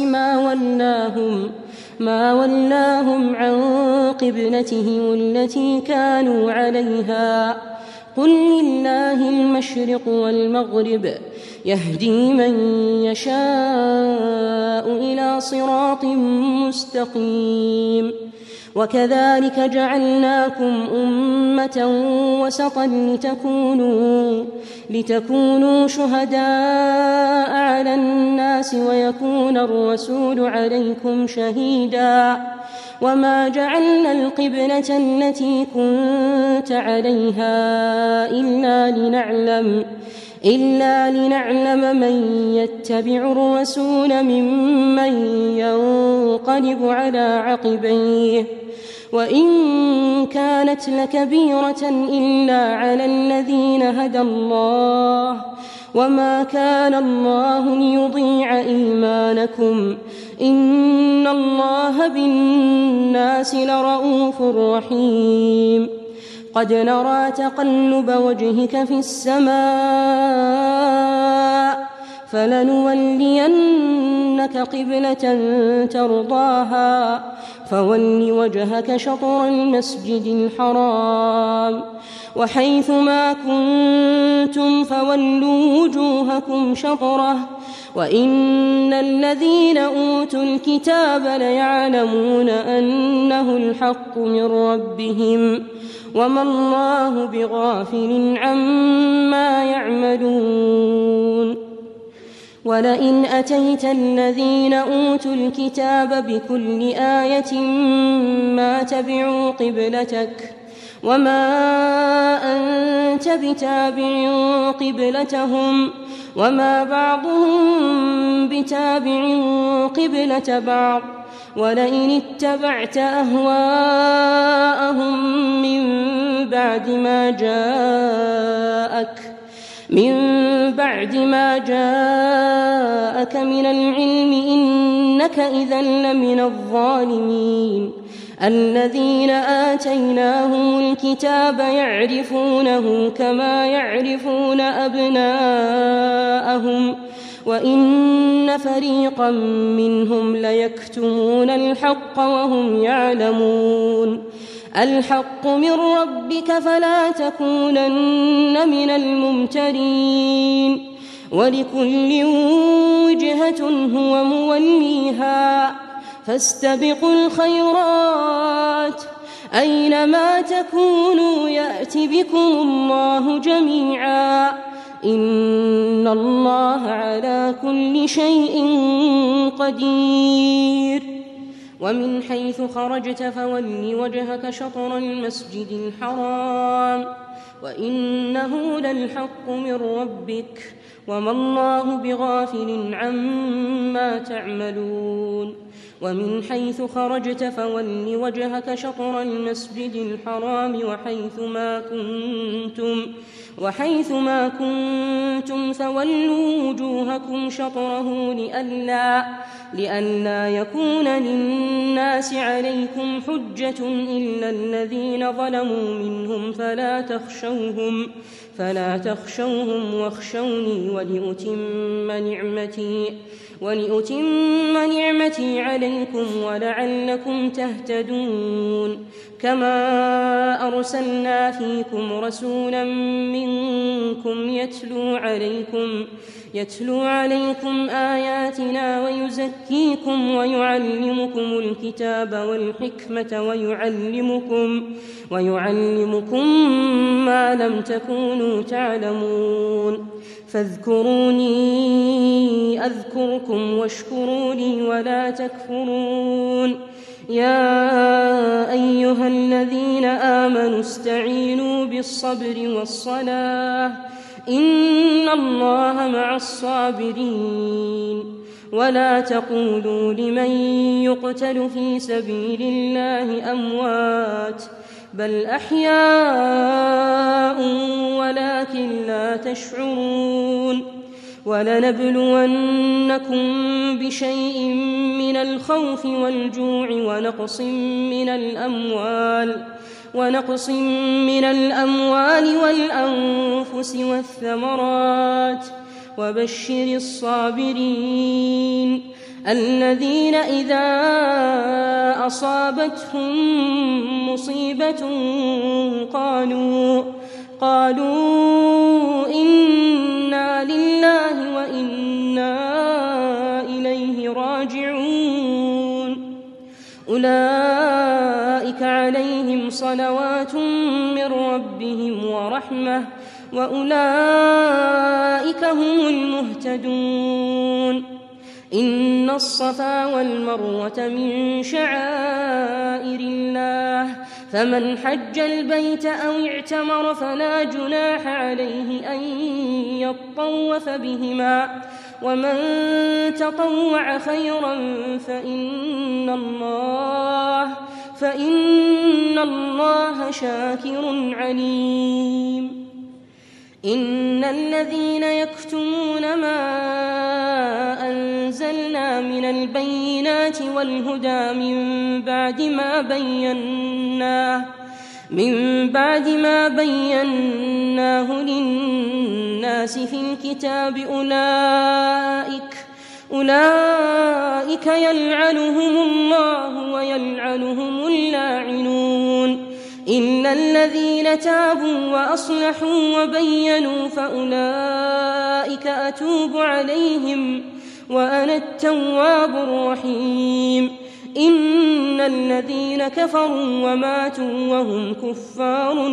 ما ولاهم عن قبلتهم التي كانوا عليها قل لله المشرق والمغرب يهدي من يشاء إلى صراط مستقيم وكذلك جعلناكم أمة وسطا لتكونوا شهداء على الناس ويكون الرسول عليكم شهيدا وما جعلنا القبلة التي كنت عليها إلا لنعلم من يتبع الرسول ممن ينقلب على عقبيه وإن كانت لكبيرة إلا على الذين هدى الله وما كان الله ليضيع إيمانكم إن الله بالناس لرءوف رحيم قد نرى تقلب وجهك في السماء فلنولينك قبلة ترضاها فول وجهك شطر المسجد الحرام وحيث ما كنتم فولوا وجوهكم شطره وإن الذين أوتوا الكتاب ليعلمون أنه الحق من ربهم وما الله بغافل عما يعملون ولئن أتيت الذين أوتوا الكتاب بكل آية ما تبعوا قبلتك وما أنت بتابع قبلتهم وما بعضهم بتابع قبلة بعض ولئن اتبعت أهواءهم من بعد ما جاءك من العلم إنك إذا لمن الظالمين الذين آتيناهم الكتاب يعرفونه كما يعرفون أبناءهم وإن فريقا منهم ليكتمون الحق وهم يعلمون الحق من ربك فلا تكونن من الممترين ولكل وجهة هو موليها فاستبقوا الخيرات أينما تكونوا يأت بكم الله جميعا إن الله على كل شيء قدير ومن حيث خرجت فول وجهك شطر المسجد الحرام وإنه للحق من ربك وما الله بغافل عما تعملون ومن حيث خرجت فول وجهك شطر المسجد الحرام وحيث ما كنتم فولوا وجوهكم شطره لئلا يكون للناس عليكم حجة إلا الذين ظلموا منهم فلا تخشوهم واخشوني ولأتم نعمتي عليكم ولعلكم تهتدون كما أرسلنا فيكم رسولا منكم يتلو عليكم آياتنا ويزكيكم ويعلمكم الكتاب والحكمة ويعلمكم ما لم تكونوا تعلمون فاذكروني أذكركم واشكروا لي ولا تكفرون يا أيها الذين آمنوا استعينوا بالصبر والصلاة إن الله مع الصابرين ولا تقولوا لمن يقتل في سبيل الله أموات بل أحياء ولكن لا تشعرون ولنبلونكم بشيء من الخوف والجوع ونقص من الأموال والأنفس والثمرات وبشر الصابرين الذين إذا أصابتهم مصيبة قالوا إنا لله وإنا إليه راجعون أولئك عليهم صلوات من ربهم ورحمة وأولئك هم المهتدون إن الصفا والمروة من شعائر الله فمن حج البيت أو اعتمر فلا جناح عليه أن يطوف بهما ومن تطوع خيرا فإن الله شاكر عليم إن الذين يكتمون ما أنزلنا من البينات والهدى من بعد ما بيناه للناس في الكتاب أولئك يلعنهم الله ويلعنهم اللاعنون إلا الذين تابوا وأصلحوا وبينوا فأولئك أتوب عليهم وأنا التواب الرحيم إن الذين كفروا وماتوا وهم كفار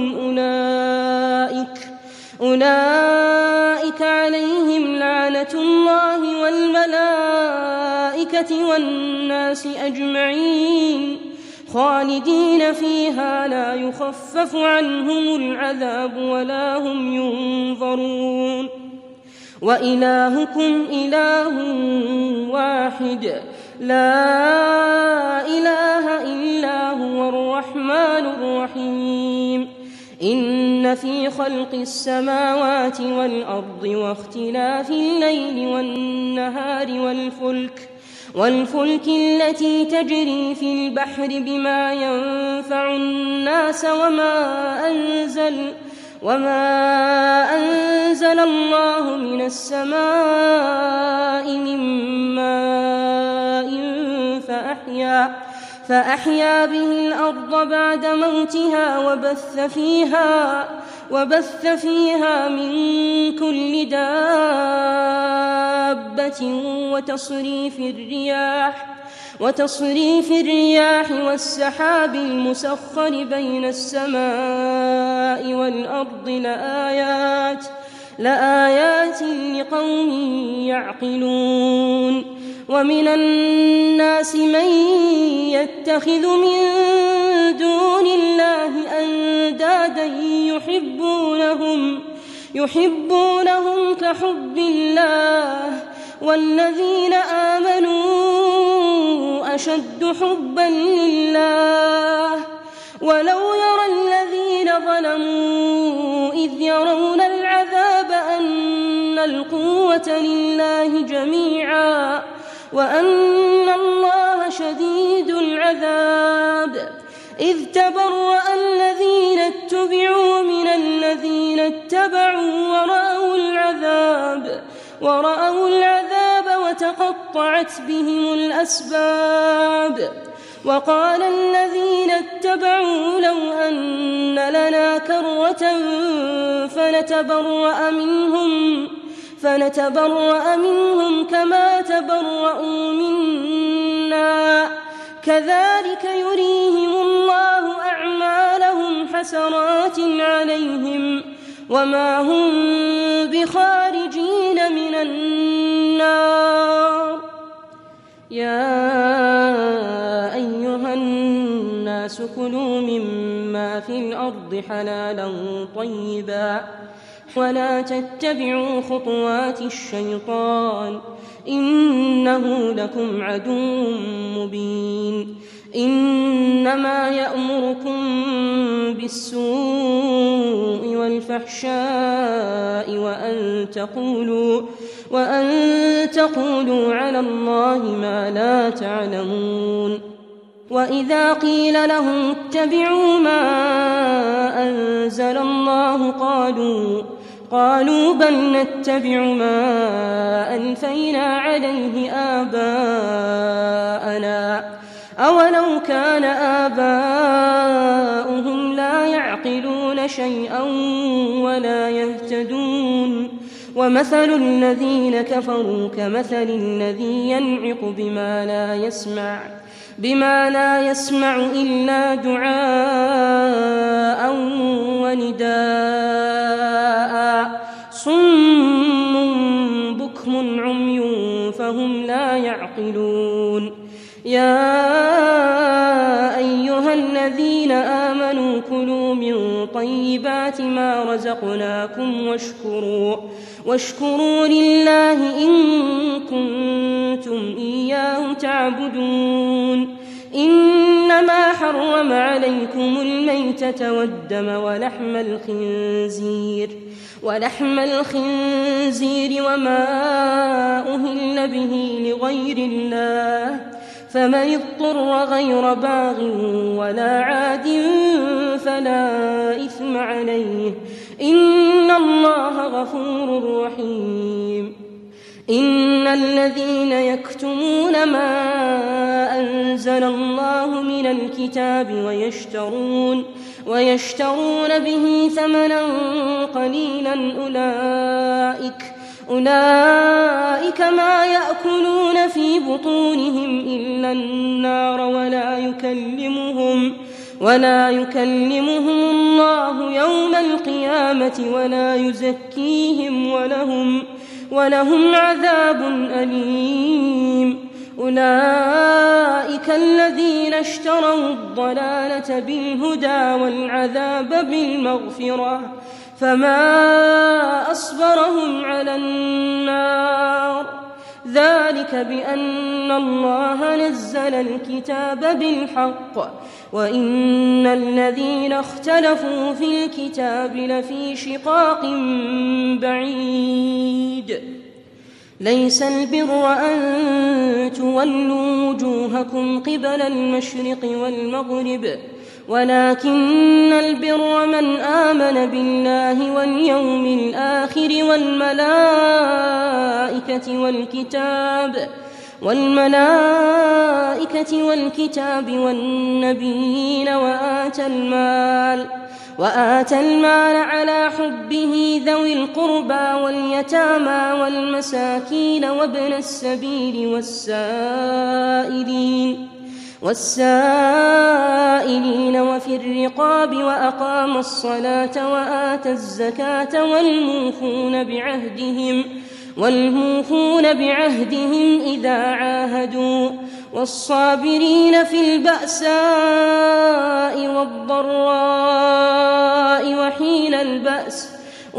أولئك عليهم لعنة الله والملائكة والناس أجمعين خالدين فيها لا يخفف عنهم العذاب ولا هم ينظرون وإلهكم إله واحد لا إله إلا هو الرحمن الرحيم إن في خلق السماوات والأرض واختلاف الليل والنهار والفلك التي تجري في البحر بما ينفع الناس وما أنزل الله من السماء من ماء فأحيا به الأرض بعد موتها وبث فيها من كل دابة وتصريف الرياح والسحاب المسخر بين السماء والأرض لآيات لقوم يعقلون ومن الناس من يتخذ من دون الله أندادا يحبونهم كحب الله والذين آمنوا أشد حبا لله ولو يرى الذين ظلموا إذ يرون العذاب أن القوة لله جميعا وأن الله شديد العذاب إذ تبرأ الذين اتبعوا من الذين اتبعوا ورأوا العذاب وتقطعت بهم الأسباب وقال الذين اتبعوا لو أن لنا كرة فنتبرأ منهم كما تبرؤوا منا كذلك يريهم الله أعمالهم حسرات عليهم وما هم بخارجين من النار يا أيها الناس كلوا مما في الأرض حلالا طيبا ولا تتبعوا خطوات الشيطان إنه لكم عدو مبين إنما يأمركم بالسوء والفحشاء وأن تقولوا على الله ما لا تعلمون وإذا قيل لهم اتبعوا ما أنزل الله قالوا بل نتبع ما ألفينا عليه آباءنا أولو كان آباؤهم لا يعقلون شيئا ولا يهتدون ومثل الذين كفروا كمثل الذي ينعق بما لا يسمع إلا دعاء ونداء صم بكم عمي فهم لا يعقلون يا أيها الذين آمنوا كلوا من طيبات ما رزقناكم واشكروا لله إن كنتم إياه تعبدون إنما حرم عليكم الميتة والدم ولحم الخنزير وما أهل به لغير الله فمن اضطر غير باغ ولا عاد فلا إثم عليه إن الله غفور رحيم إن الذين يكتمون ما أنزل الله من الكتاب ويشترون به ثمنا قليلا أولئك ما يأكلون في بطونهم إلا النار ولا يكلمهم الله يوم القيامة ولا يزكيهم ولهم عذاب أليم أولئك الذين اشتروا الضلالة بالهدى والعذاب بالمغفرة فما أصبرهم على النار ذلك بأن الله نزل الكتاب بالحق وإن الذين اختلفوا في الكتاب لفي شقاق بعيد ليس البر أن تولوا وجوهكم قبل المشرق والمغرب ولكن البر من آمن بالله واليوم الآخر والملائكة والكتاب والنبيين وآتى المال على حبه ذوي القربى واليتامى والمساكين وابن السبيل والسائلين وفي الرقاب وأقام الصلاة وآتى الزكاة والموفون بعهدهم إذا عاهدوا والصابرين في البأساء والضراء وحين البأس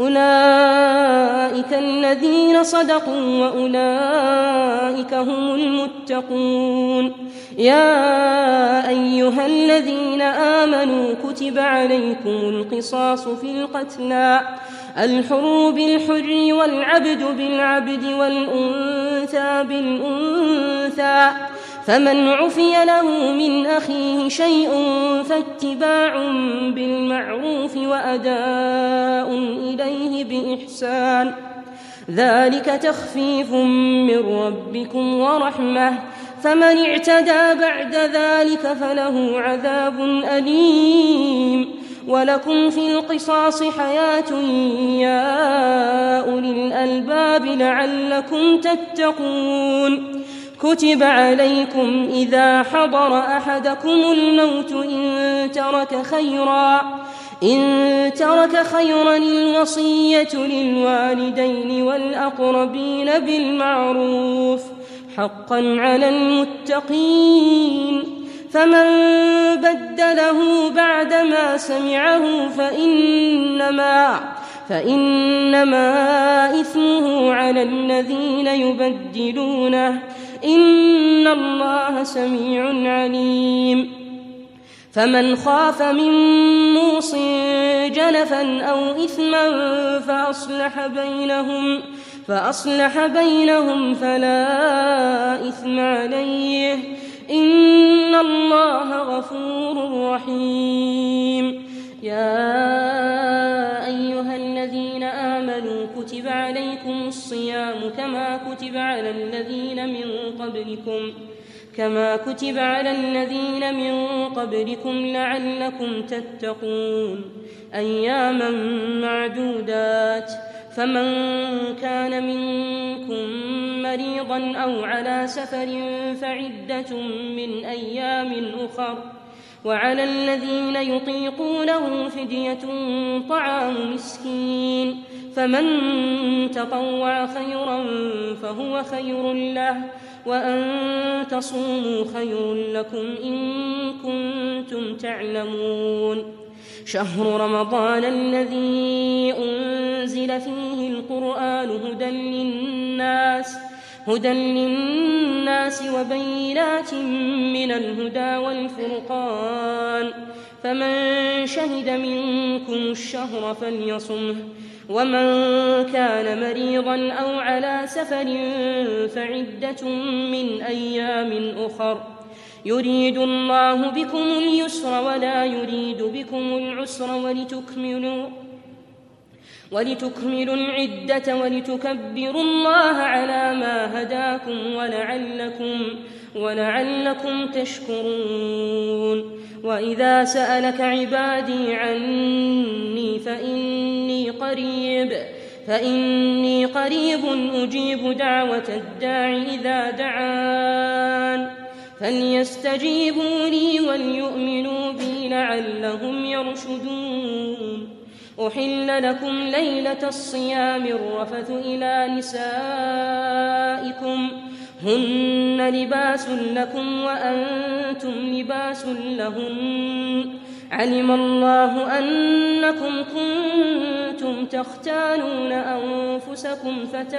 أولئك الذين صدقوا وأولئك هم المتقون. يا أيها الذين آمنوا كتب عليكم القصاص في القتلى الحر بالحر والعبد بالعبد والأنثى بالأنثى فمن عفي له من أخيه شيء فاتباع بالمعروف وأداء إليه بإحسان ذلك تخفيف من ربكم ورحمة فمن اعتدى بعد ذلك فله عذاب أليم. ولكم في القصاص حياة يا أولي الألباب لعلكم تتقون. كتب عليكم إذا حضر أحدكم الموت إن ترك خيرا الوصية للوالدين والأقربين بالمعروف حقا على المتقين. فمن بدله بعدما سمعه فإنما إثمه على الذين يبدلونه إن الله سميع عليم. فمن خاف من موص جنفا أو إثما فأصلح بينهم فلا إثم عليه إن الله غفور رحيم. يا أيها الذين آمنوا كتب عليكم الصيام كما كتب على الذين من قبلكم لعلكم تتقون. أياما معدودات فمن كان منكم مريضا أو على سفر فعدة من أيام أخر وعلى الذين يطيقونه فدية طعام مسكين فمن تطوع خيرا فهو خير له وأن تصوموا خير لكم إن كنتم تعلمون. شهر رمضان الذي أنزل فيه القرآن هدى للناس وبينات من الهدى والفرقان فمن شهد منكم الشهر فليصمه ومن كان مريضا أو على سفر فعدة من أيام أخر يريد الله بكم اليسر ولا يريد بكم العسر ولتكملوا العدة ولتكبروا الله على ما هداكم ولعلكم تشكرون. وإذا سألك عبادي عني فإني قريب أجيب دعوة الداع إذا دعان فليستجيبوا لي وليؤمنوا بي لعلهم يرشدون. أحل لكم ليلة الصيام الرفث إلى نسائكم هن لباس لكم وأنتم لباس لهن علم الله أنكم كنتم تختانون أنفسكم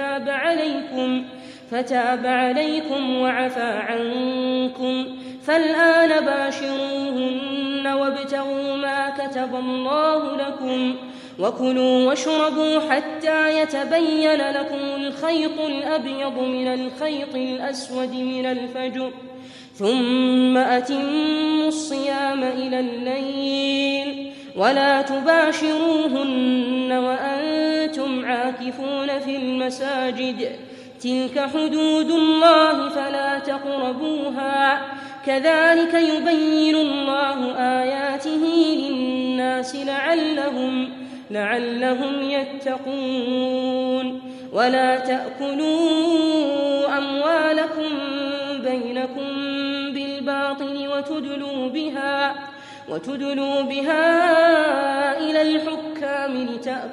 فتاب عليكم وعفى عنكم فالآن باشروهن وابتغوا ما كتب الله لكم وكلوا واشربوا حتى يتبين لكم الخيط الأبيض من الخيط الأسود من الفجر ثم أتموا الصيام إلى الليل ولا تباشروهن وأنتم عاكفون في المساجد تلك حدود الله فلا تقربوها كذلك يبين الله آياته للناس لعلهم يتقون. ولا تأكلوا أموالكم بينكم بالباطل بالباطل وتدلوا بها إلى الحكام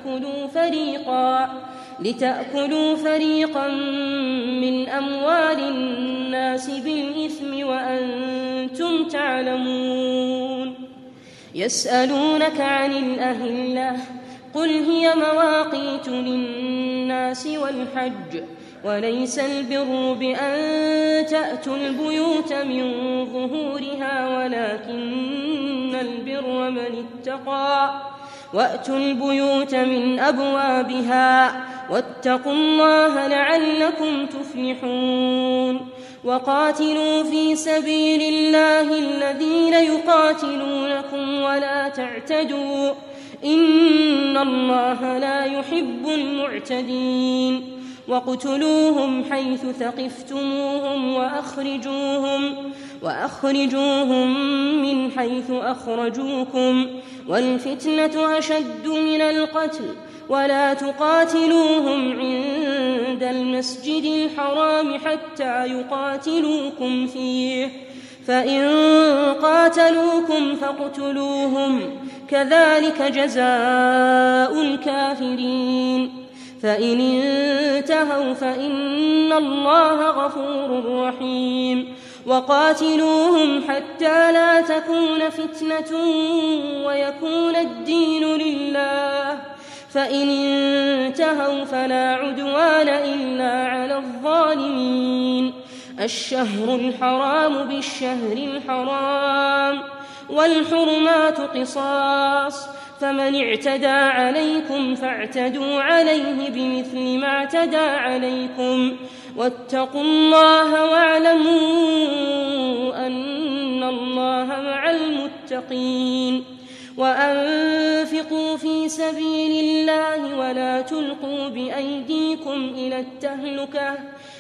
لتأكلوا فريقا من أموال الناس بالإثم وأنتم تعلمون. يسألونك عن الأهلة قل هي مواقيت للناس والحج وليس البر بأن تأتوا البيوت من ظهورها ولكن البر من اتقى وأتوا البيوت من أبوابها واتقوا الله لعلكم تفلحون. وقاتلوا في سبيل الله الذين يقاتلونكم ولا تعتدوا إن الله لا يحب المعتدين. وَاقْتُلُوهُمْ حيث ثقفتموهم وأخرجوهم من حيث أخرجوكم والفتنة أشد من القتل ولا تقاتلوهم عند المسجد الحرام حتى يقاتلوكم فيه فإن قاتلوكم فاقتلوهم كذلك جزاء الكافرين. فإن انتهوا فإن الله غفور رحيم. وقاتلوهم حتى لا تكون فتنة ويكون الدين لله فإن انتهوا فلا عدوان إلا على الظالمين. الشهر الحرام بالشهر الحرام والحرمات قصاص فمن اعتدى عليكم فاعتدوا عليه بمثل ما اعتدى عليكم واتقوا الله واعلموا أن الله مع المتقين. وأنفقوا في سبيل الله ولا تلقوا بأيديكم إلى التهلكة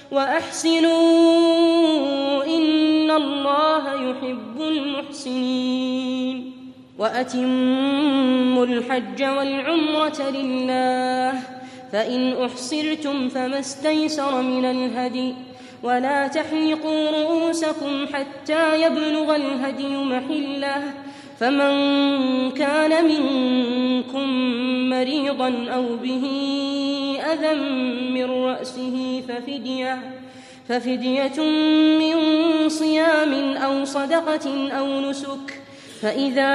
وأحسنوا إن الله يحب المحسنين. وأتموا الحج والعمرة لله فإن أحصرتم فما استيسر من الهدي ولا تحلقوا رؤوسكم حتى يبلغ الهدي محله فمن كان منكم مريضا أو به أذى من رأسه ففدية من صيام أو صدقة أو نسك فإذا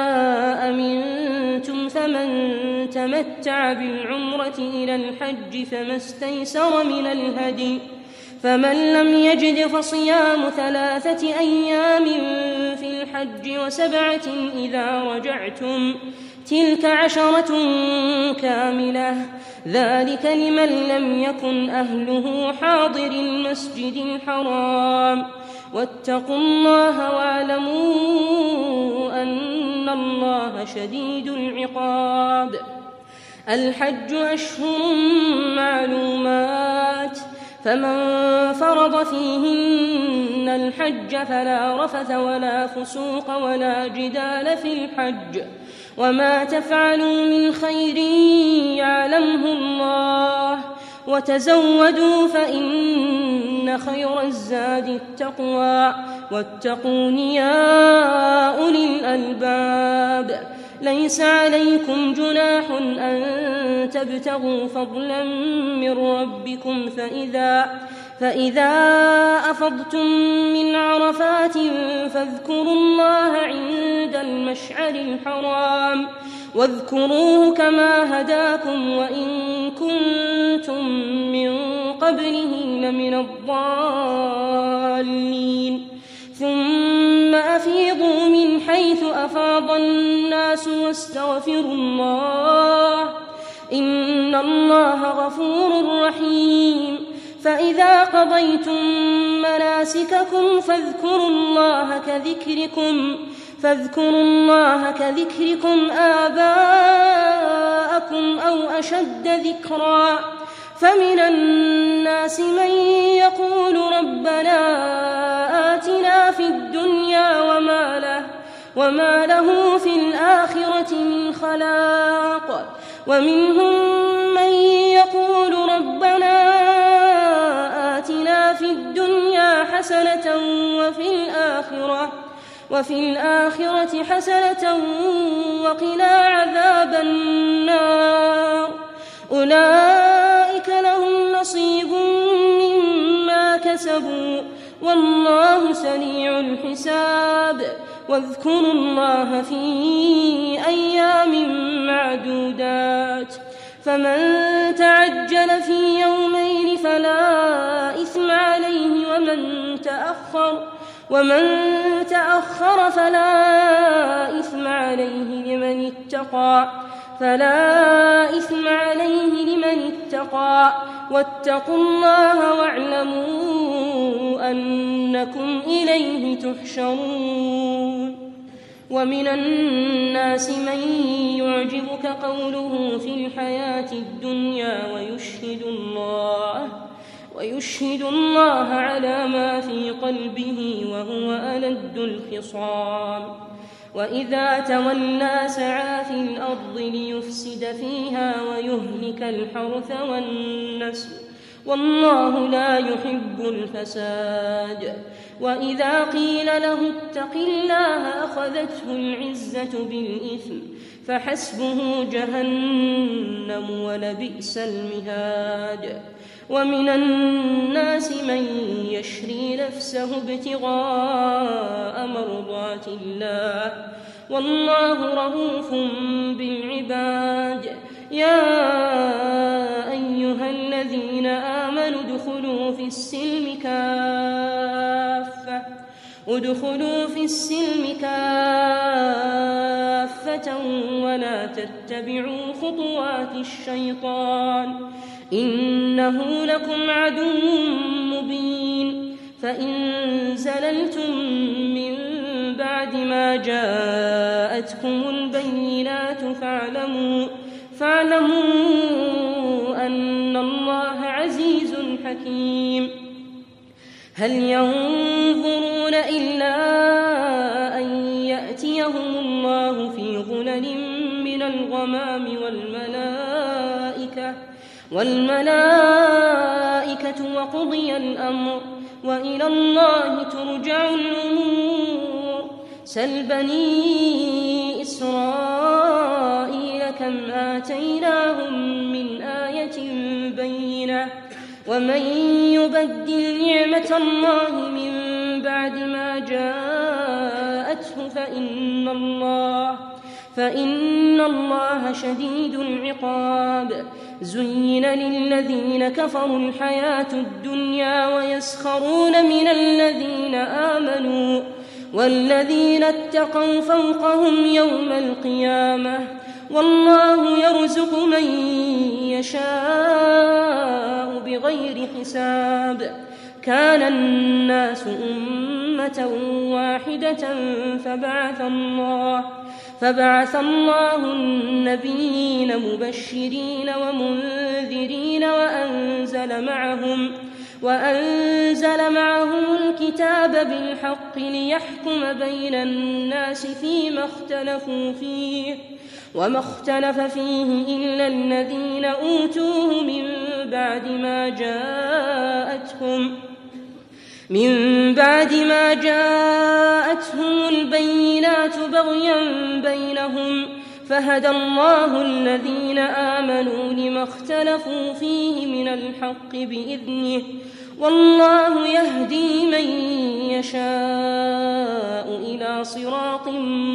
أمنتم فمن تمتع بالعمرة إلى الحج فما استيسر من الهدي فمن لم يجد فصيام 3 أيام في الحج و7 إذا رجعتم تلك 10 كاملة ذلك لمن لم يكن أهله حاضر المسجد الحرام. واتقوا الله واعلموا أن الله شديد العقاب. الحج أشهر معلومات فمن فرض فيهن الحج فلا رفث ولا فسوق ولا جدال في الحج وما تفعلوا من خير يعلمه الله وتزودوا فإن خير الزاد التقوى واتقون يا أولي الألباب. ليس عليكم جناح أن تبتغوا فضلا من ربكم فإذا أفضتم من عرفات فاذكروا الله عند المشعر الحرام واذكروه كما هداكم وإن كنتم من قبله لمن الضالين. ثم أفيضوا من حيث أفاض الناس واستغفروا الله إن الله غفور رحيم. فإذا قضيتم مناسككم فاذكروا الله كذكركم آباءكم أو أشد ذكرا فمن الناس من يقول ربنا آتنا في الدنيا وما له في الآخرة من خلاق ومنهم من يقول ربنا آتنا في الدنيا حسنة وفي الآخرة حسنة وقنا عذاب النار أولئك لهم نصيب مما كسبوا والله سريع الحساب واذكروا الله في أيام معدودات فمن تعجل في يومين فلا إثم عليه ومن تأخر فلا إثم عليه لمن اتقى واتقوا الله واعلموا أنكم إليه تحشرون ومن الناس من يعجبك قوله في الحياة الدنيا ويشهد الله على ما في قلبه وهو ألد الخصام وإذا تولى سعى في الأرض ليفسد فيها ويهلك الحرث والنسل والله لا يحب الفساد وإذا قيل له اتق الله أخذته العزة بالإثم فحسبه جهنم ولبئس المهاد ومن الناس من يشري نفسه ابتغاء مرضات الله والله رؤوف بالعباد يا أيها الذين آمنوا ادخلوا في السلم كافة ولا تتبعوا خطوات الشيطان إنه لكم عدو مبين فإن زللتم من بعد ما جاءتكم البينات فاعلموا أن الله عزيز حكيم هل ينظرون إلا أن يأتيهم الله في ظلل من الغمام والملائكة وقضي الأمر وإلى الله ترجع الأمور سل بني إسرائيل كم آتيناهم من آية بينة ومن يبدل نعمة الله من بعد ما جاءته فإن الله شديد العقاب زين للذين كفروا الحياة الدنيا ويسخرون من الذين آمنوا والذين اتقوا فوقهم يوم القيامة والله يرزق من يشاء بغير حساب كان الناس أمة واحدة فبعث الله النبيين مبشرين ومنذرين وأنزل معهم الكتاب بالحق ليحكم بين الناس فيما اختلفوا فيه وما اختلف فيه إلا الذين أوتوه من بعد ما جاءتهم البينات بغيا بينهم فهدى الله الذين آمنوا لما اختلفوا فيه من الحق بإذنه والله يهدي من يشاء إلى صراط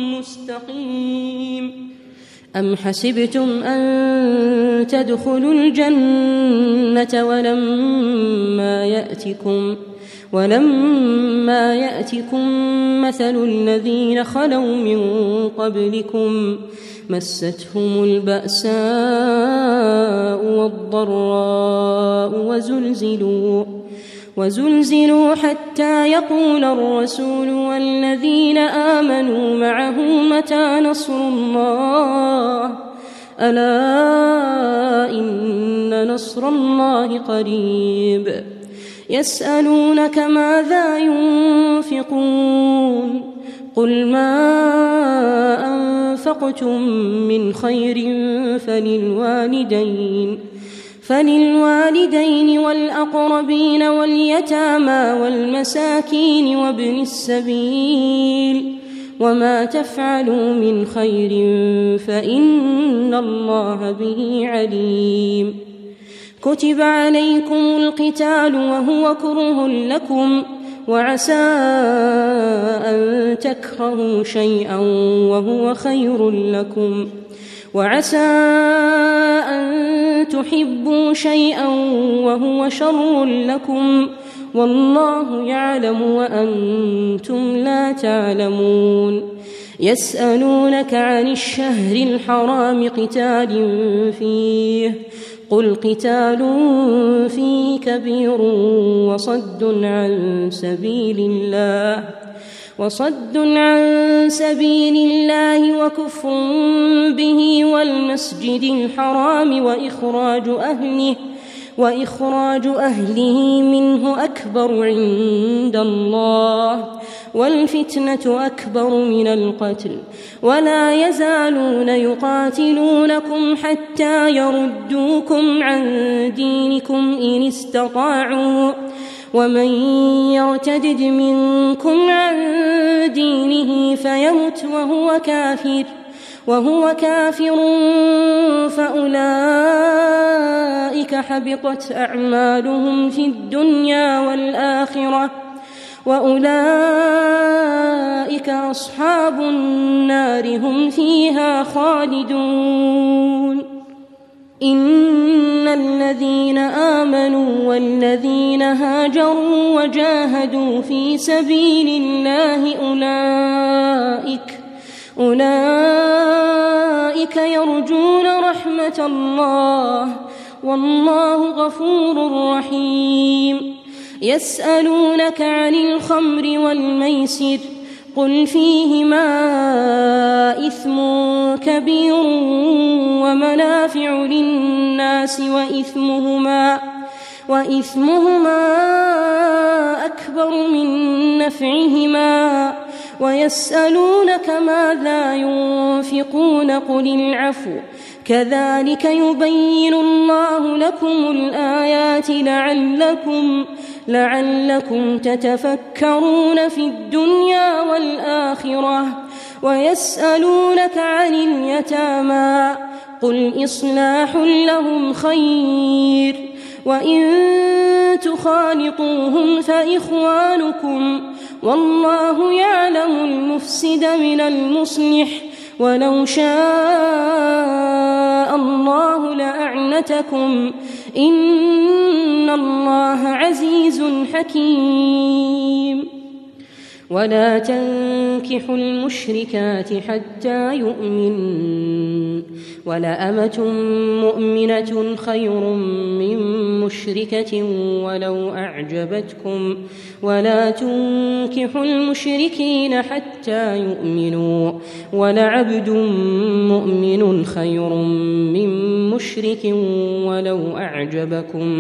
مستقيم أم حسبتم أن تدخلوا الجنة ولما يأتكم مثل الذين خلوا من قبلكم مستهم البأساء والضراء وزلزلوا حتى يقول الرسول والذين آمنوا معه متى نصر الله ألا إن نصر الله قريب يسألونك ماذا ينفقون قل ما أنفقتم من خير فللوالدين والأقربين واليتامى والمساكين وابن السبيل وما تفعلوا من خير فإن الله به عليم. كتب عليكم القتال وهو كره لكم وعسى أن تكرهوا شيئا وهو خير لكم وعسى أن تحبوا شيئا وهو شر لكم والله يعلم وأنتم لا تعلمون. يسألونك عن الشهر الحرام قتال فيه قل قتال فيه كبير وصد عن سبيل الله وكفر به والمسجد الحرام وإخراج أهله منه أكبر عند الله والفتنة أكبر من القتل ولا يزالون يقاتلونكم حتى يردوكم عن دينكم إن استطاعوا ومن يرتدد منكم عن دينه فيمت وهو كافر فأولئك حبطت أعمالهم في الدنيا والآخرة وأولئك أصحاب النار هم فيها خالدون. إن الذين آمنوا والذين هاجروا وجاهدوا في سبيل الله أولئك يرجون رحمة الله والله غفور رحيم. يسألونك عن الخمر والميسر قل فيهما إثم كبير ومنافع للناس وإثمهما أكبر من نفعهما ويسألونك ماذا ينفقون قل العفو كذلك يبين الله لكم الآيات لعلكم تتفكرون في الدنيا والآخرة. ويسألونك عن اليتامى قل إصلاح لهم خير وإن تخالطوهم فإخوانكم والله يعلم المفسد من المصلح ولو شاء الله لأعنتكم إن الله عزيز حكيم. ولا تنكحوا المشركات حتى يؤمنوا ولأمة مؤمنة خير من مشركة ولو أعجبتكم ولا تنكحوا المشركين حتى يؤمنوا ولعبد مؤمن خير من مشرك ولو أعجبكم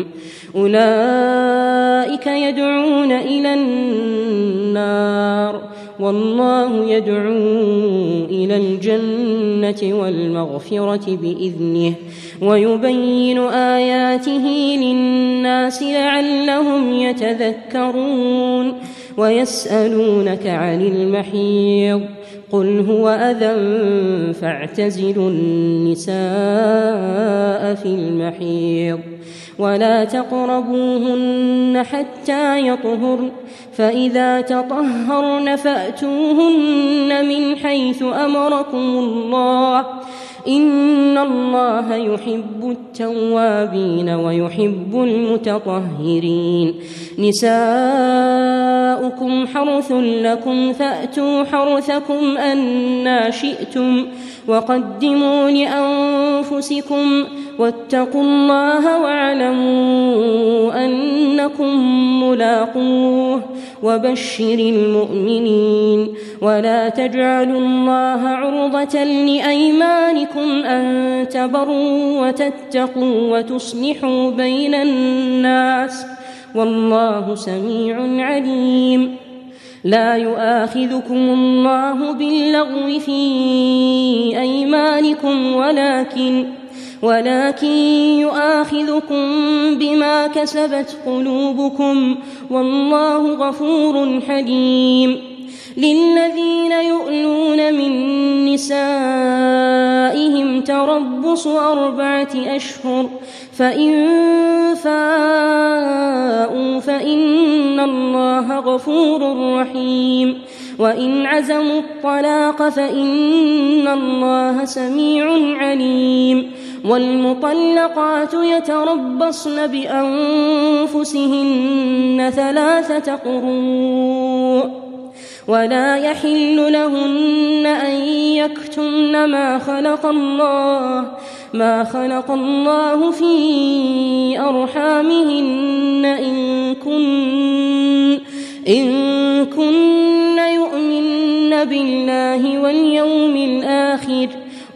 أولئك يدعون إلى النار والله يدعو إلى الجنة والمغفرة بإذنه ويبين آياته للناس لعلهم يتذكرون. ويسألونك عن المحيض قل هو أذى فاعتزلوا النساء في المحيض ولا تقربوهن حتى يطهرن فإذا تطهرن فأتوهن من حيث أمركم الله إن الله يحب التوابين ويحب المتطهرين. نساؤكم حرث لكم فأتوا حرثكم أنى شئتم وقدموا لأنفسكم واتقوا الله واعلموا أنكم ملاقوه وبشر المؤمنين. ولا تجعلوا الله عرضة لأيمانكم أن تبروا وتتقوا وتصلحوا بين الناس والله سميع عليم. لا يؤاخذكم الله باللغو في أيمانكم ولكن يؤاخذكم بما كسبت قلوبكم والله غفور حليم. للذين يؤلون من نسائهم تربص 4 أشهر فإن فاءوا فإن الله غفور رحيم. وإن عزموا الطلاق فإن الله سميع عليم. والمطلقات يتربصن بأنفسهن 3 قروء ولا يحل لهن أن يكتمن ما خلق الله في أرحامهن إن كن يؤمن بالله واليوم الآخر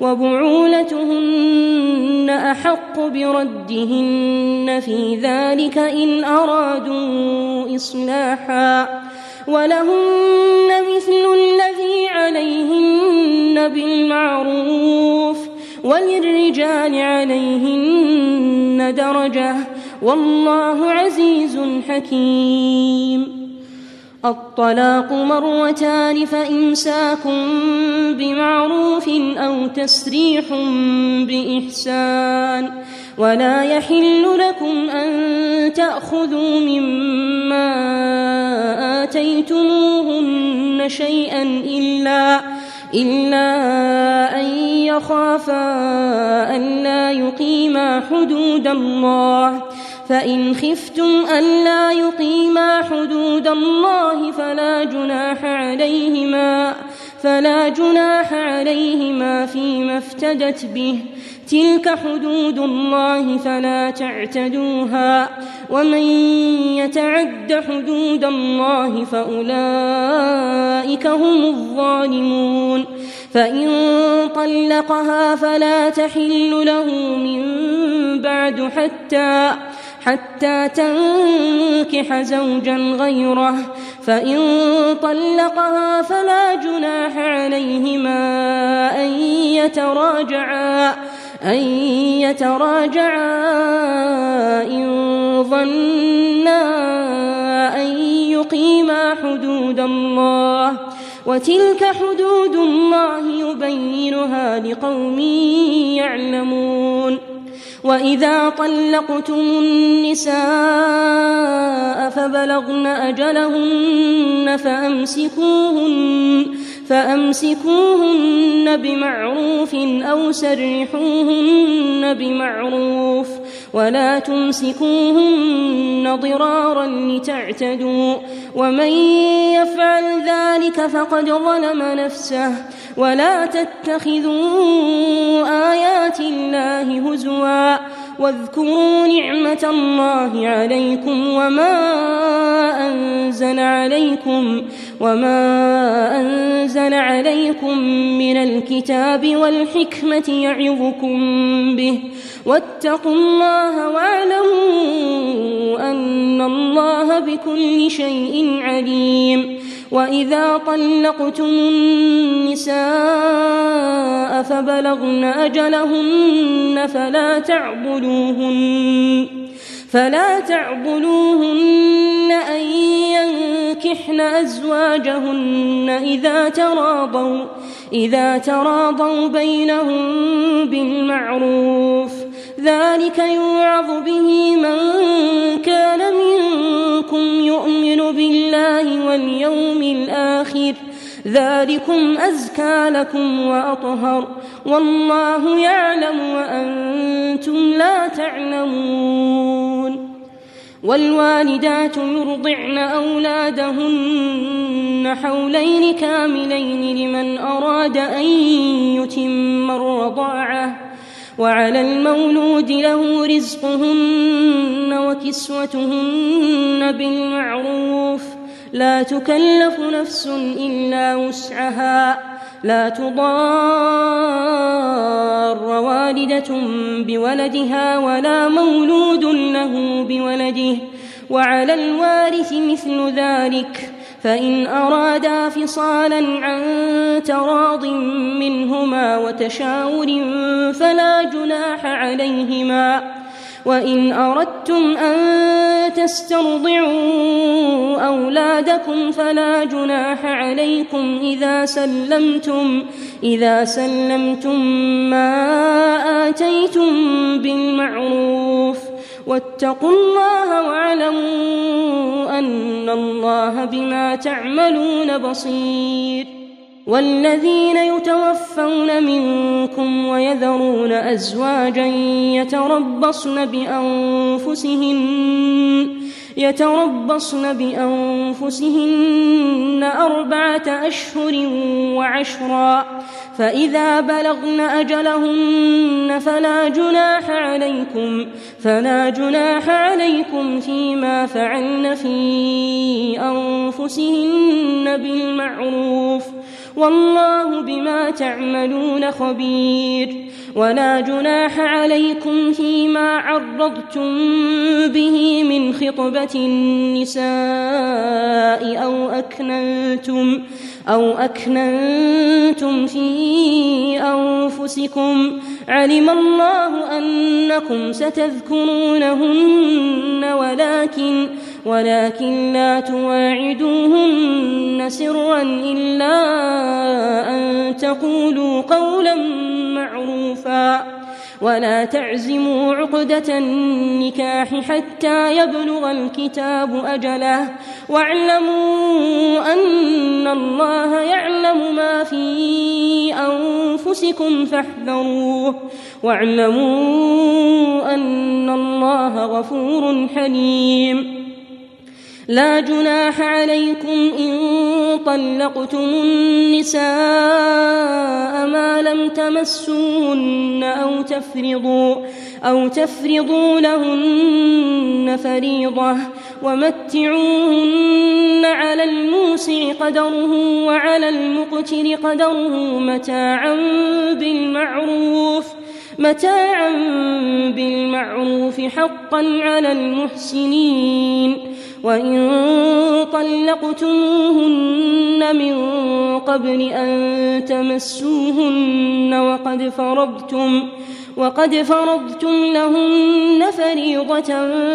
وبعولتهن أحق بردهن في ذلك إن أرادوا إصلاحا ولهن مثل الذي عليهن بالمعروف وللرجال عليهن درجة والله عزيز حكيم. الطلاق 2 فإمساك بمعروف أو تسريح بإحسان. ولا يحل لكم أن تأخذوا مما آتيتموهن شيئا إلا أن يخافا ألا يقيما حدود الله. فإن خفتم ألا يقيما حدود الله فلا جناح عليهما فيما افتدت به. تلك حدود الله فلا تعتدوها ومن يتعد حدود الله فأولئك هم الظالمون. فإن طلقها فلا تحل له من بعد حتى تنكح زوجا غيره. فإن طلقها فلا جناح عليهما أن يتراجعا إن ظنا أن يقيما حدود الله وتلك حدود الله يبينها لقوم يعلمون. وإذا طلقتم النساء فبلغن أجلهن فأمسكوهن بمعروف أو سرحوهن بمعروف ولا تمسكوهن ضرارا لتعتدوا ومن يفعل ذلك فقد ظلم نفسه. ولا تتخذوا آيات الله هزوا واذكروا نعمة الله عليكم وما أنزل عليكم من الكتاب والحكمة يعظكم به واتقوا الله واعلموا أن الله بكل شيء عليم. وإذا طلقتم النساء فبلغن أجلهن فلا تعضلوهن أن ينكحن أزواجهن إذا تراضوا بينهم بالمعروف. ذلك يوعظ به من كان منكم يؤمن بالله واليوم الآخر ذلكم أزكى لكم وأطهر والله يعلم وأنتم لا تعلمون. والوالدات يرضعن أولادهن حولين كاملين لمن أراد أن يتم الرضاعة وعلى المولود له رزقهن وكسوتهن بالمعروف لا تكلف نفس إلا وسعها لا تضار والدة بولدها ولا مولود له بولده وعلى الوارث مثل ذلك فإن أرادا فصالا عن تراض منهما وتشاور فلا جناح عليهما. وإن أردتم أن تسترضعوا أولادكم فلا جناح عليكم إذا سلمتم ما آتيتم بالمعروف. واتقوا الله واعلموا أن الله بما تعملون بصير. والذين يتوفون منكم ويذرون أزواجا يتربصن بأنفسهن 4 أشهر و10، فإذا بلغن أجلهن فلا جناح عليكم فيما فعلن في أنفسهن بالمعروف، والله بما تعملون خبير. ولا جناح عليكم فيما عرضتم به من خطبة النساء أو أكننتم في أنفسكم، علم الله أنكم ستذكرونهن ولكن لا تواعدوهن سرا إلا أن تقولوا قولا معروفا. ولا تعزموا عقدة النكاح حتى يبلغ الكتاب أجله، واعلموا أن الله يعلم ما في أنفسكم فاحذروه، واعلموا أن الله غفور حليم. لا جناح عليكم إن طلقتم النساء ما لم تمسوهن أو تفرضوا لهن فريضة، ومتعوهن على الموسع قدره وعلى المقتر قدره متاعا بالمعروف حقا على المحسنين. وإن طلقتموهن من قبل أن تمسوهن وقد فرضتم لهن فريضة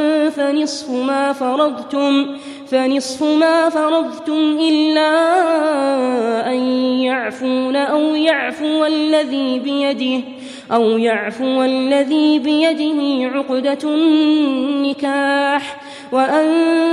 فنصف ما فرضتم إلا أن يعفون أو يعفو الذي بيده عقدة النكاح، وأن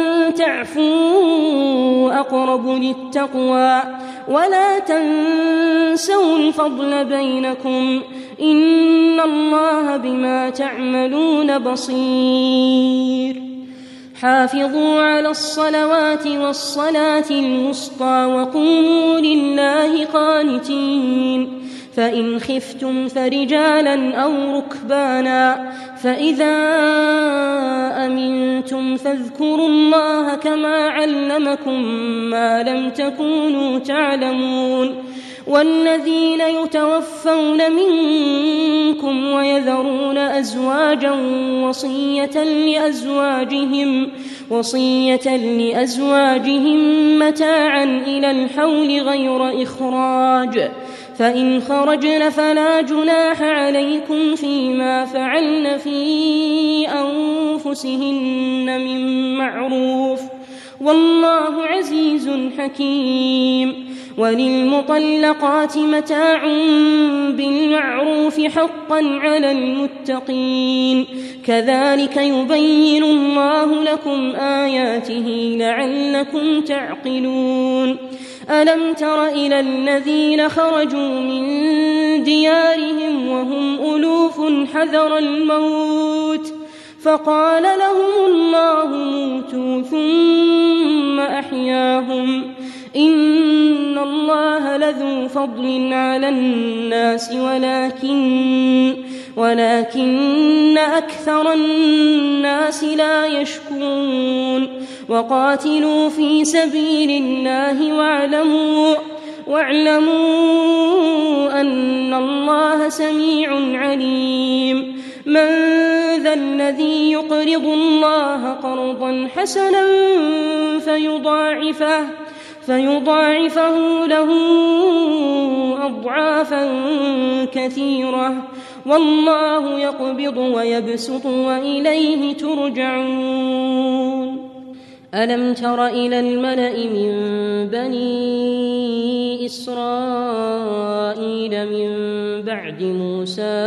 تعفوا أقرب للتقوى. ولا تنسوا الفضل بينكم، إن الله بما تعملون بصير. حافظوا على الصلوات والصلاة الوسطى وقوموا لله قانتين. فإن خفتم فرجالا أو ركبانا، فإذا أمنتم فاذكروا الله كما علمكم ما لم تكونوا تعلمون. والذين يتوفون منكم ويذرون أزواجا وصية لأزواجهم متاعا إلى الحول غير إخراج، فإن خرجن فلا جناح عليكم فيما فعلن في أنفسهن من معروف، والله عزيز حكيم. وللمطلقات متاع بالمعروف حقا على المتقين، كذلك يبين الله لكم آياته لعلكم تعقلون. ألم تر إلى الذين خرجوا من ديارهم وهم ألوف حذر الموت فقال لهم الله موتوا ثم أحياهم، إن الله لذو فضل على الناس ولكن أكثر الناس لا يشكرون. وقاتلوا في سبيل الله واعلموا أن الله سميع عليم. من ذا الذي يقرض الله قرضا حسنا فيضاعفه له أضعافا كثيرة، والله يقبض ويبسط وإليه ترجعون. ألم تر إلى الملأ من بني إسرائيل من بعد موسى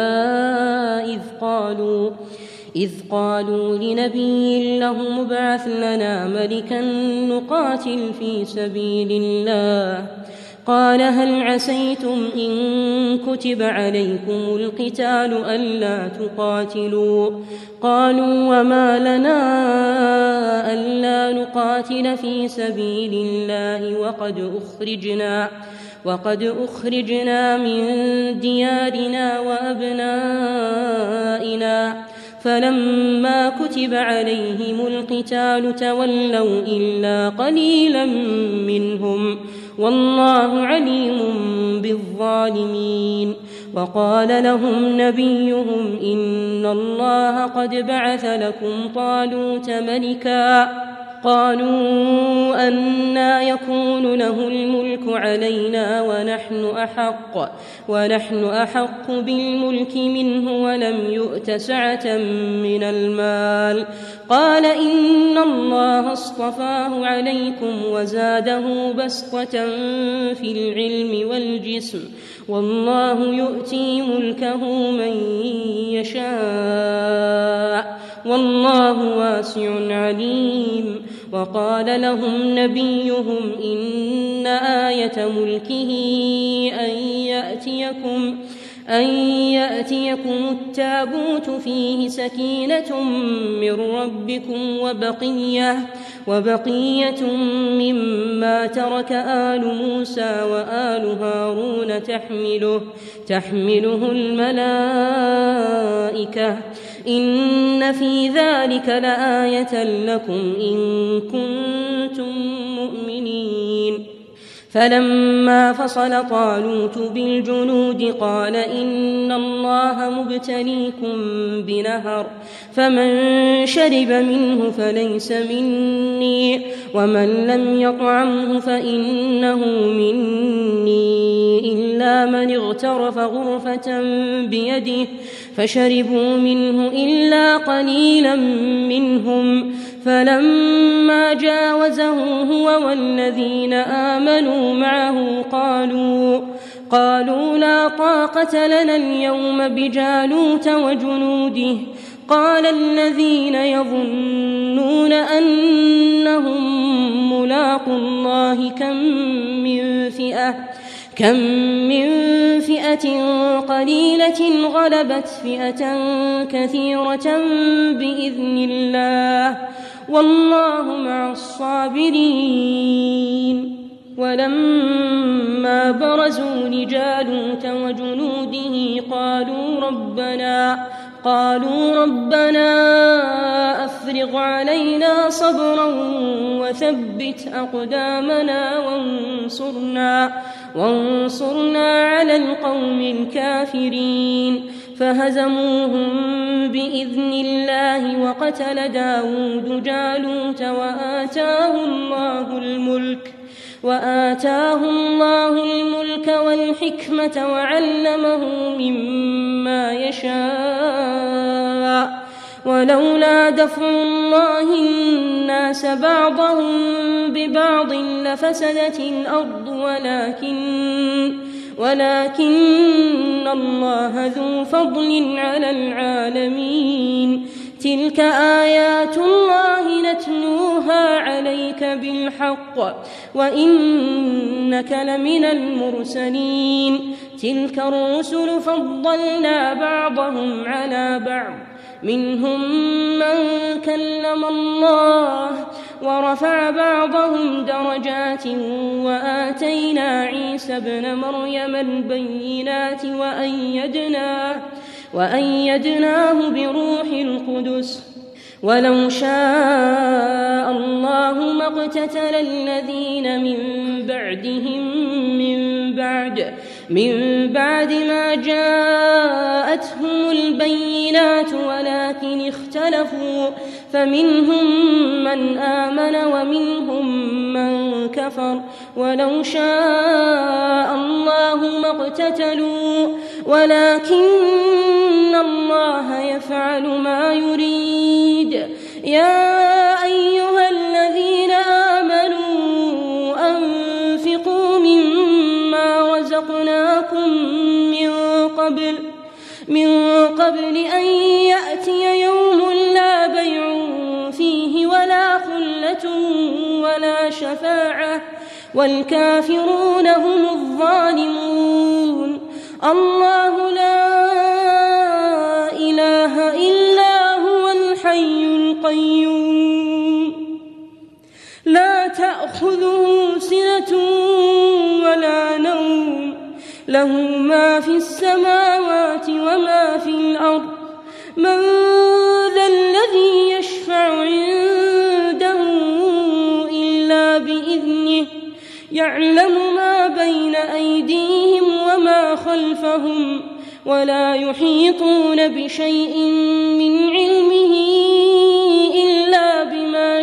إذ قالوا لنبي له ابعث لنا ملكا نقاتل في سبيل الله، قال هل عسيتم إن كتب عليكم القتال ألا تقاتلوا؟ قالوا وما لنا ألا نقاتل في سبيل الله وقد أخرجنا من ديارنا وأبنائنا، فلما كتب عليهم القتال تولوا إلا قليلا منهم، والله عليم بالظالمين. وقال لهم نبيهم إن الله قد بعث لكم طالوت ملكا، قالوا أنى يكون له الملك علينا ونحن أحق بالملك منه ولم يؤت سعة من المال، قال إن الله اصطفاه عليكم وزاده بسطة في العلم والجسم، والله يؤتي ملكه من يشاء، والله واسع عليم. وقال لهم نبيهم إن آية ملكه أن يأتيكم التابوت فيه سكينة من ربكم وبقية مما ترك آل موسى وآل هارون تحمله الملائكة، إن في ذلك لآية لكم إن كنتم مؤمنين. فلما فصل طالوت بالجنود قال إن الله مبتليكم بنهر، فمن شرب منه فليس مني، ومن لم يطعمه فإنه مني إلا من اغترف غرفة بيده، فشربوا منه إلا قليلا منهم. فلما جاوزه هو والذين آمنوا معه قالوا لا طاقة لنا اليوم بجالوت وجنوده. قال الذين يظنون أنهم ملاقوا الله كم من فئة قليلة غلبت فئة كثيرة بإذن الله، والله مع الصابرين. ولما برزوا لجالوت وجنوده قالوا ربنا أفرغ علينا صبرا وثبت أقدامنا وانصرنا على القوم الكافرين. فهزموهم بإذن الله وقتل داود جالوت وآتاه الله الملك والحكمة وعلمه مما يشاء. ولولا دفع الله الناس بعضهم ببعض لفسدت الأرض ولكن الله ذو فضل على العالمين. تلك آيات الله نتلوها عليك بالحق وإنك لمن المرسلين. تلك الرسل فضلنا بعضهم على بعض، منهم من كلم الله ورفع بعضهم درجات، وآتينا عيسى ابن مريم البينات وأيدناه بروح القدس. ولو شاء الله ما اقتتل الذين من بعدهم من بعد ما جاءتهم البينات ولكن اختلفوا، فمنهم من آمن ومنهم من كفر، ولو شاء الله ما اقتتلوا ولكن الله يفعل ما يريد. يا أيها الذين آمنوا أنفقوا مما رزقناكم من قبل أن يأتي يوم لا بيع فيه ولا خلة ولا شفاعة والكافرون هم الظالمون. الله لا إله إلا هو الحي القيوم لا تأخذه سنة ولا نوم له ما في السماوات وما في الأرض. من ذا الذي يشفع عنده إلا بإذنه يعلم ما بين أيديهم وما خلفهم ولا يحيطون بشيء من علمه إلا بما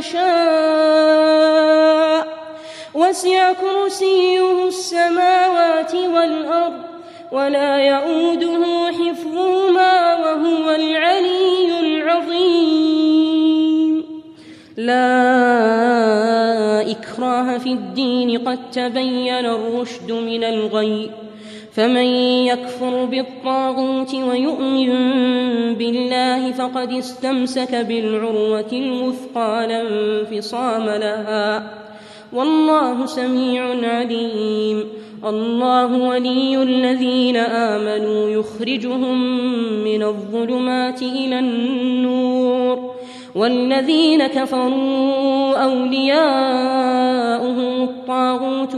شاء وسع كرسيه السماوات والأرض ولا يؤوده حفظهما وهو العلي العظيم. لا إكراه في الدين قد تبين الرشد من الغي فمن يكفر بالطاغوت ويؤمن بالله فقد استمسك بالعروة الوثقى لا انفصام لها والله سميع عليم. الله ولي الذين آمنوا يخرجهم من الظلمات إلى النور والذين كفروا أولياؤهم الطاغوت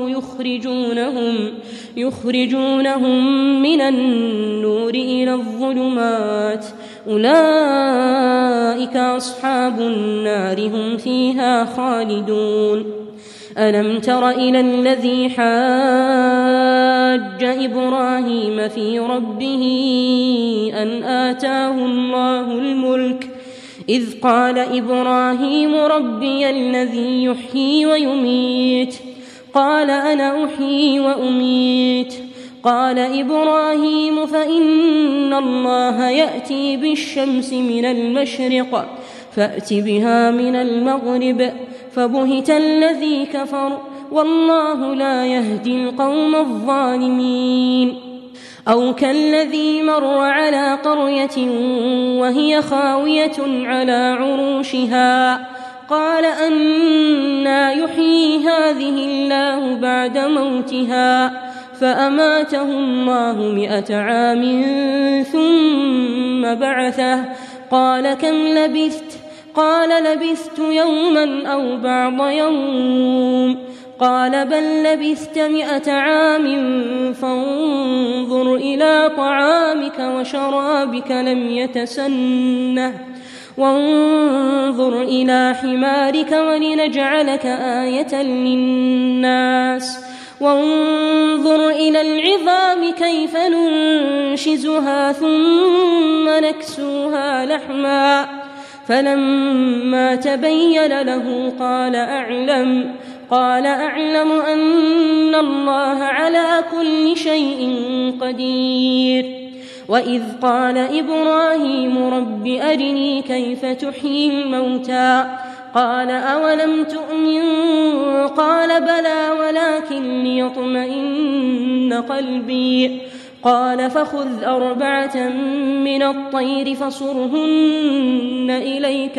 يخرجونهم من النور إلى الظلمات أولئك أصحاب النار هم فيها خالدون. ألم تر إلى الذي حاج إبراهيم في ربه أن آتاه الله الملك إذ قال إبراهيم ربي الذي يحيي ويميت قال أنا أحيي وأميت قال إبراهيم فإن الله يأتي بالشمس من المشرق فأت بها من المغرب فبهت الذي كفر والله لا يهدي القوم الظالمين. أو كالذي مر على قرية وهي خاوية على عروشها قال أنى يحيي هذه الله بعد موتها فأماته الله 100 عام ثم بعثه قال كم لبثت قال لبثت يوما أو بعض يوم قال بل لبثت 100 عام فانظر إلى طعامك وشرابك لم يتسنه وانظر إلى حمارك ولنجعلك آية للناس وانظر إلى العظام كيف ننشزها ثم نكسوها لحما فلما تبين له قال أعلم أن الله على كل شيء قدير. وإذ قال إبراهيم رب أرني كيف تحيي الموتى قال أولم تؤمن قال بلى ولكن ليطمئن قلبي قال فخذ 4 من الطير فصرهن إليك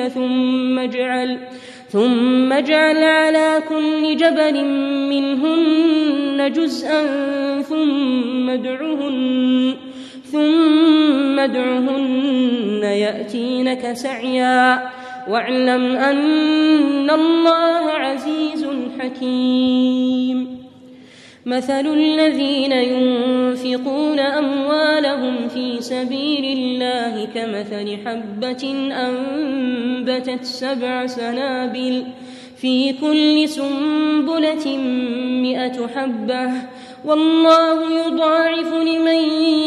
ثم اجعل على كل جبل منهن جزءا ثم ادعهن يأتينك سعيا واعلم أن الله عزيز حكيم. مثل الذين ينفقون أموالهم في سبيل الله كمثل حبة أنبتت 7 سنابل في كل سنبلة 100 حبة والله يضاعف لمن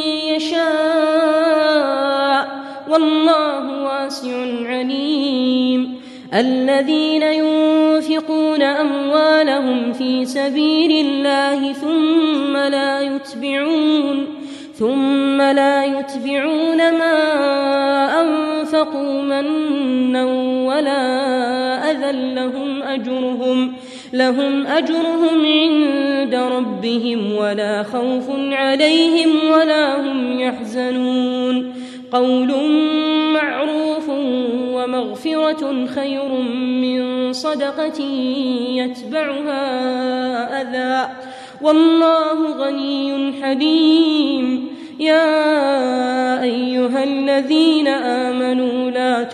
يشاء والله واسع عليم. الذين ينفقون ينفقون أموالهم في سبيل الله ثم لا يتبعون ما أنفقوا منا ولا أذى لهم أجرهم عند ربهم ولا خوف عليهم ولا هم يحزنون. قول معروف ومغفرة خير من صدقة يتبعها أذى والله غني حليم. يا أيها الذين آمنوا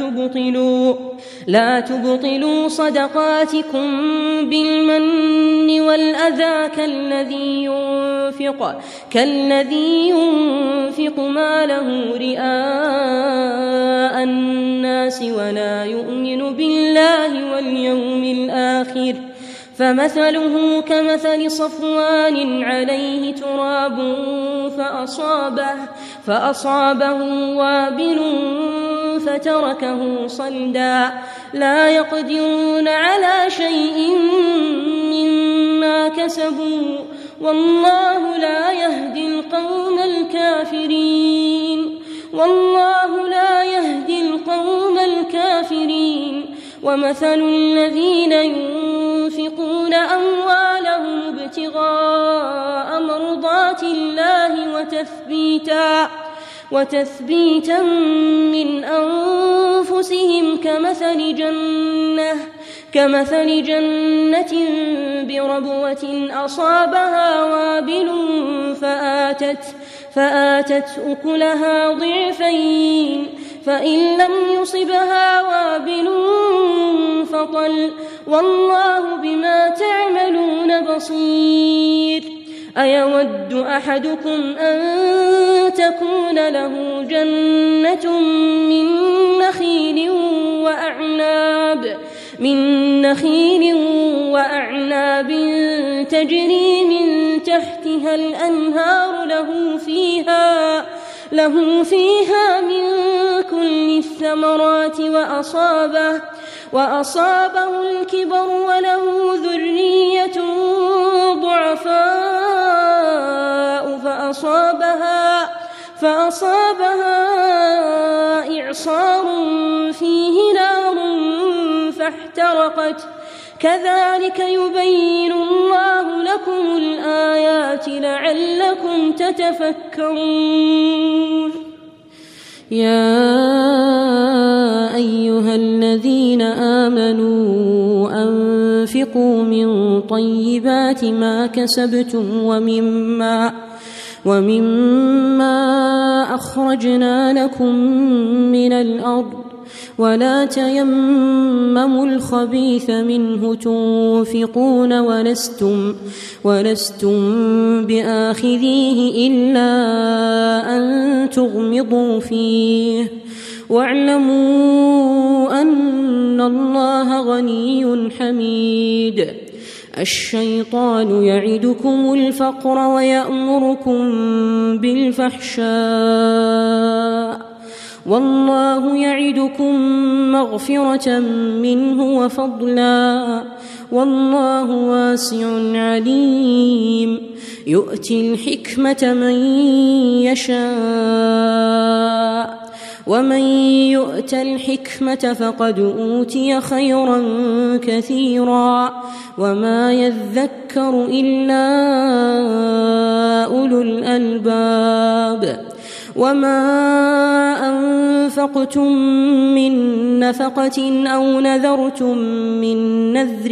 لا تبطلوا صدقاتكم بالمن والأذى كالذي ينفق ماله رئاء الناس ولا يؤمن بالله واليوم الآخر فمثله كمثل صفوان عليه تراب فأصابه وابل فتركه صلدا لا يقدرون على شيء مما كسبوا والله لا يهدي القوم الكافرين. ومثل الذين ينفقون أموالهم ابتغاء مرضات الله وتثبيتا من أنفسهم كمثل جنة بربوة أصابها وابل فآتت أكلها ضعفين فإن لم يصبها وابل فطل والله بما تعملون بصير. أيود أحدكم أن تكون له جنة من نخيل وأعناب تجري من تحتها الأنهار له فيها من كل الثمرات وأصابه الكبر وله ذرية ضعفاء فأصابها إعصار فيه نار فاحترقت كذلك يبين الله لكم الآيات لعلكم تتفكرون. يا أيها الذين آمنوا أنفقوا من طيبات ما كسبتم ومما أخرجنا لكم من الأرض ولا تيمموا الخبيث منه تنفقون ولستم بآخذيه إلا أن تغمضوا فيه واعلموا أن الله غني حميد. الشيطان يعدكم الفقر ويأمركم بالفحشاء والله يعدكم مغفرة منه وفضلا والله واسع عليم. يؤتي الحكمة من يشاء ومن يؤت الحكمة فقد أوتي خيرا كثيرا وما يذكر إلا أولو الألباب. وما أنفقتم من نفقة أو نذرتم من نذر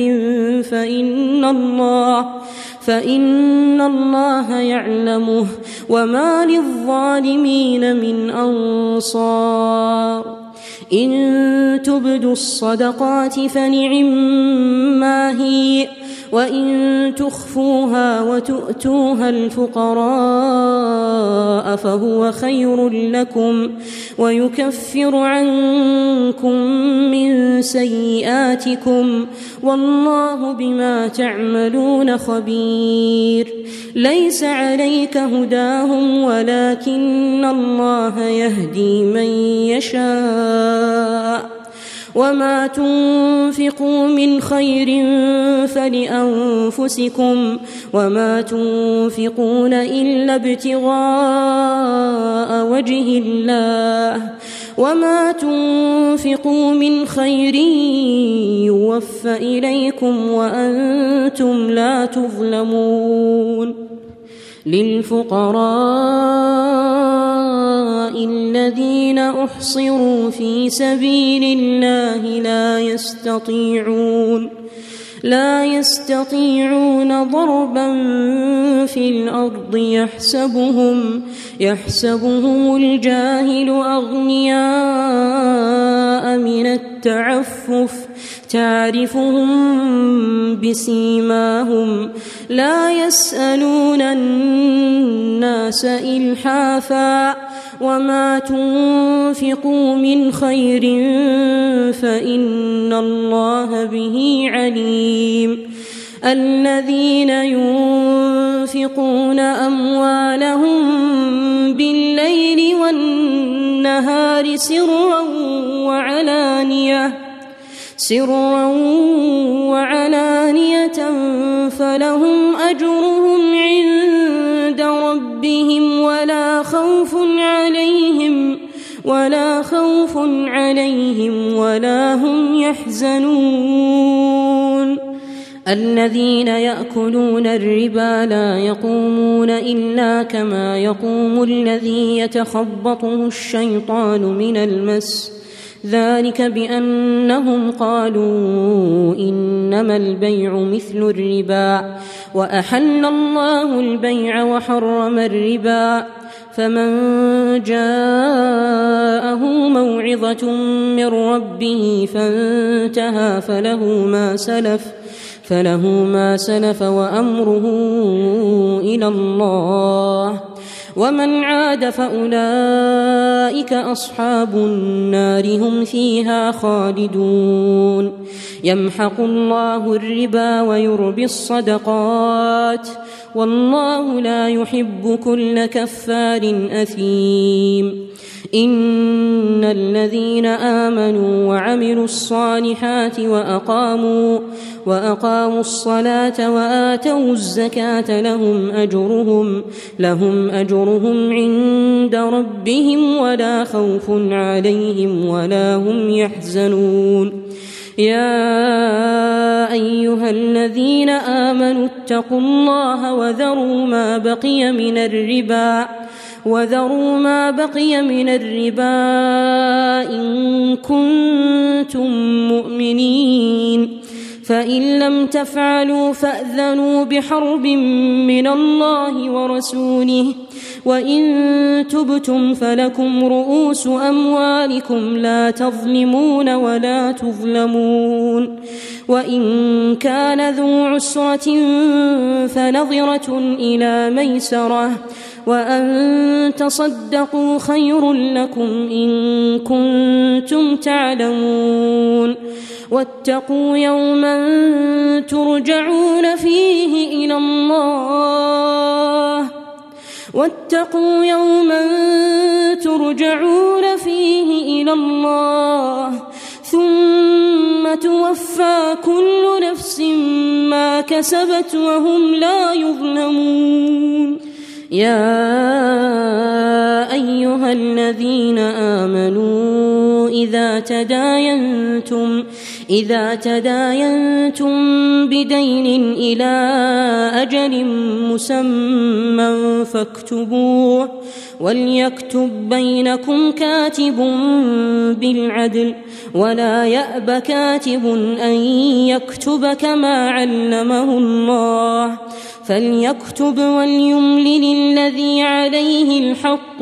فإن الله يعلمه وما للظالمين من أنصار. إن تبدوا الصدقات فنعما هي وإن تخفوها وتؤتوها الفقراء فهو خير لكم ويكفر عنكم من سيئاتكم والله بما تعملون خبير. ليس عليك هداهم ولكن الله يهدي من يشاء وما تنفقوا من خير فلأنفسكم وما تنفقون إلا ابتغاء وجه الله وما تنفقوا من خير يوفى إليكم وأنتم لا تظلمون للفقراء الذين أحصروا في سبيل الله لا يستطيعون ضربا في الأرض يحسبهم الجاهل أغنياء من التعفف تعرفهم بسيماهم لا يسألون الناس إلحافا وما تنفقوا من خير فإن الله به عليم الذين ينفقون أموالهم بالليل والنهار سرا وعلانية فلهم أجرهم عند ربهم ولا خوف عليهم ولا هم يحزنون الذين يأكلون الربا لا يقومون إلا كما يقوم الذي يتخبطه الشيطان من المس ذلك بأنهم قالوا إنما البيع مثل الربا وأحل الله البيع وحرم الربا فمن جاءه موعظة من ربه فانتهى فله ما سلف وأمره إلى الله ومن عاد فأولئك أصحاب النار هم فيها خالدون يمحق الله الربا ويربي الصدقات والله لا يحب كل كفار أثيم إن الذين آمنوا وعملوا الصالحات وأقاموا الصلاة وآتوا الزكاة لهم أجرهم عند ربهم ولا خوف عليهم ولا هم يحزنون يا أيها الذين آمنوا اتقوا الله وذروا ما بقي من الربا إن كنتم مؤمنين فإن لم تفعلوا فأذنوا بحرب من الله ورسوله وإن تبتم فلكم رؤوس أموالكم لا تظلمون ولا تظلمون وإن كان ذو عسرة فنظرة إلى ميسرة وأن تصدقوا خير لكم إن كنتم تعلمون واتقوا يوما ترجعون فيه إلى الله ثم توفى كل نفس ما كسبت وهم لا يظلمون يا أيها الذين آمنوا إذا تداينتم بدين إلى أجل مسمى فاكتبوه وليكتب بينكم كاتب بالعدل ولا يأب كاتب أن يكتب كما علمه الله فليكتب وليملل الذي عليه الحق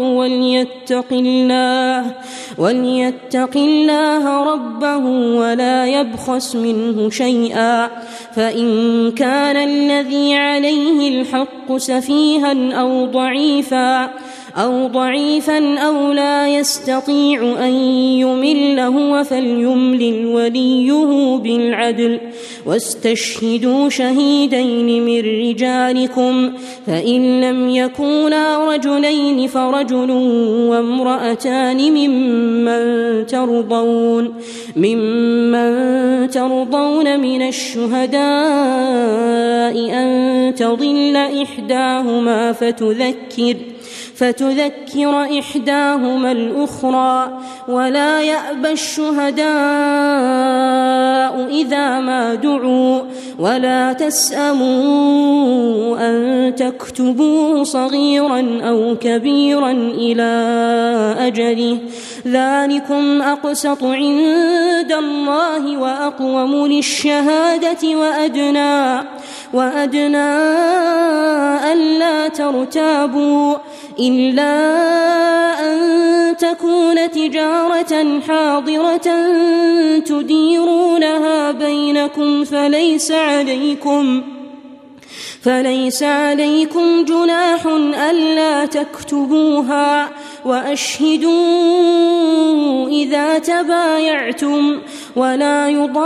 وليتق الله ربه ولا يبخس منه شيئا فإن كان الذي عليه الحق سفيها أو ضعيفا أو لا يستطيع أن يمل هو فليملل وليه بالعدل واستشهدوا شهيدين من رجالكم فإن لم يكونا رجلين فرجل وامرأتان ممن ترضون من الشهداء أن تضل إحداهما فتذكر إحداهما الأخرى ولا يأبى الشهداء إذا ما دعوا ولا تسأموا أن تكتبوه صغيرا أو كبيرا إلى أجله ذلكم أقسط عند الله وأقوم للشهادة وأدنى ألا ترتابوا إلا أن تكون تجارة حاضرة تديرونها بينكم فليس عليكم جناح ألا تكتبوها وأشهدوا إذا تبايعتم ولا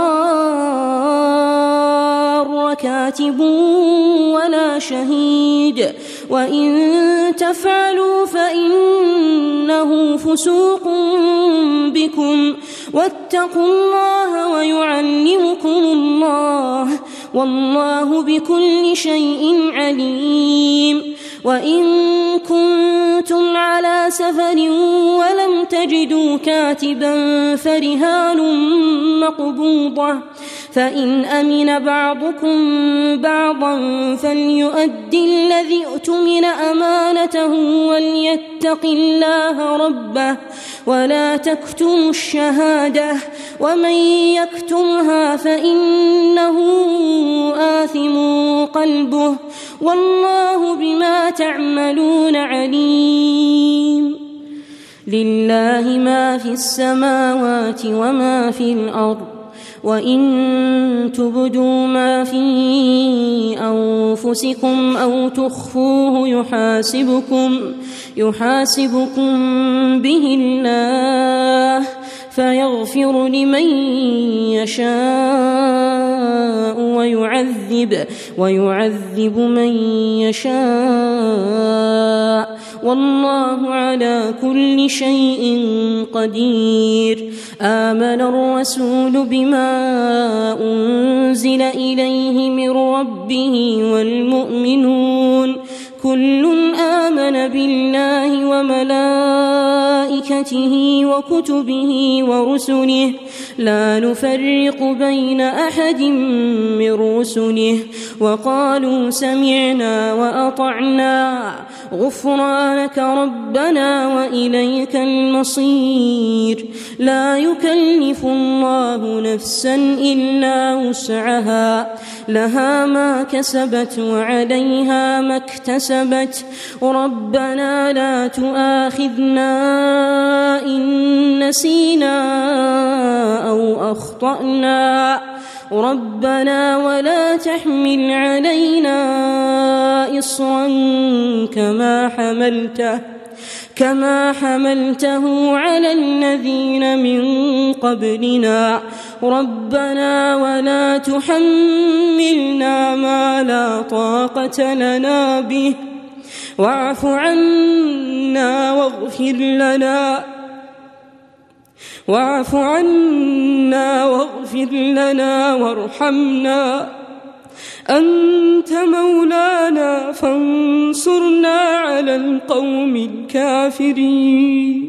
يضار كاتب ولا شهيد وإن تفعلوا فإنه فسوق بكم واتقوا الله ويعلمكم الله والله بكل شيء عليم وإن كنتم على سفر ولم تجدوا كاتبا فرهان مقبوضة فإن أمن بعضكم بعضا فليؤدي الذي اؤتمن أمانته وليتق الله ربه ولا تكتموا الشهادة ومن يكتمها فإنه آثم قلبه والله بما تعملون عليم لله ما في السماوات وما في الأرض وإن تبدوا ما في أنفسكم أو تخفوه يحاسبكم به الله فيغفر لمن يشاء ويعذب من يشاء والله على كل شيء قدير آمن الرسول بما أنزل إليه من ربه والمؤمنون كل آمن بالله وملائكته وكتبه ورسله لا نفرق بين أحد من رسله وقالوا سمعنا وأطعنا غفرانك ربنا وإليك المصير لا يكلف الله نفسا إلا وسعها لها ما كسبت وعليها ما اكتسبت ربنا لا تؤاخذنا إن نسينا أو أخطأنا ربنا ولا تحمل علينا إصرا كما حملته على الذين من قبلنا ربنا ولا تحملنا ما لا طاقة لنا به واعف عنا واغفر لنا وارحمنا أنت مولانا فانصرنا على القوم الكافرين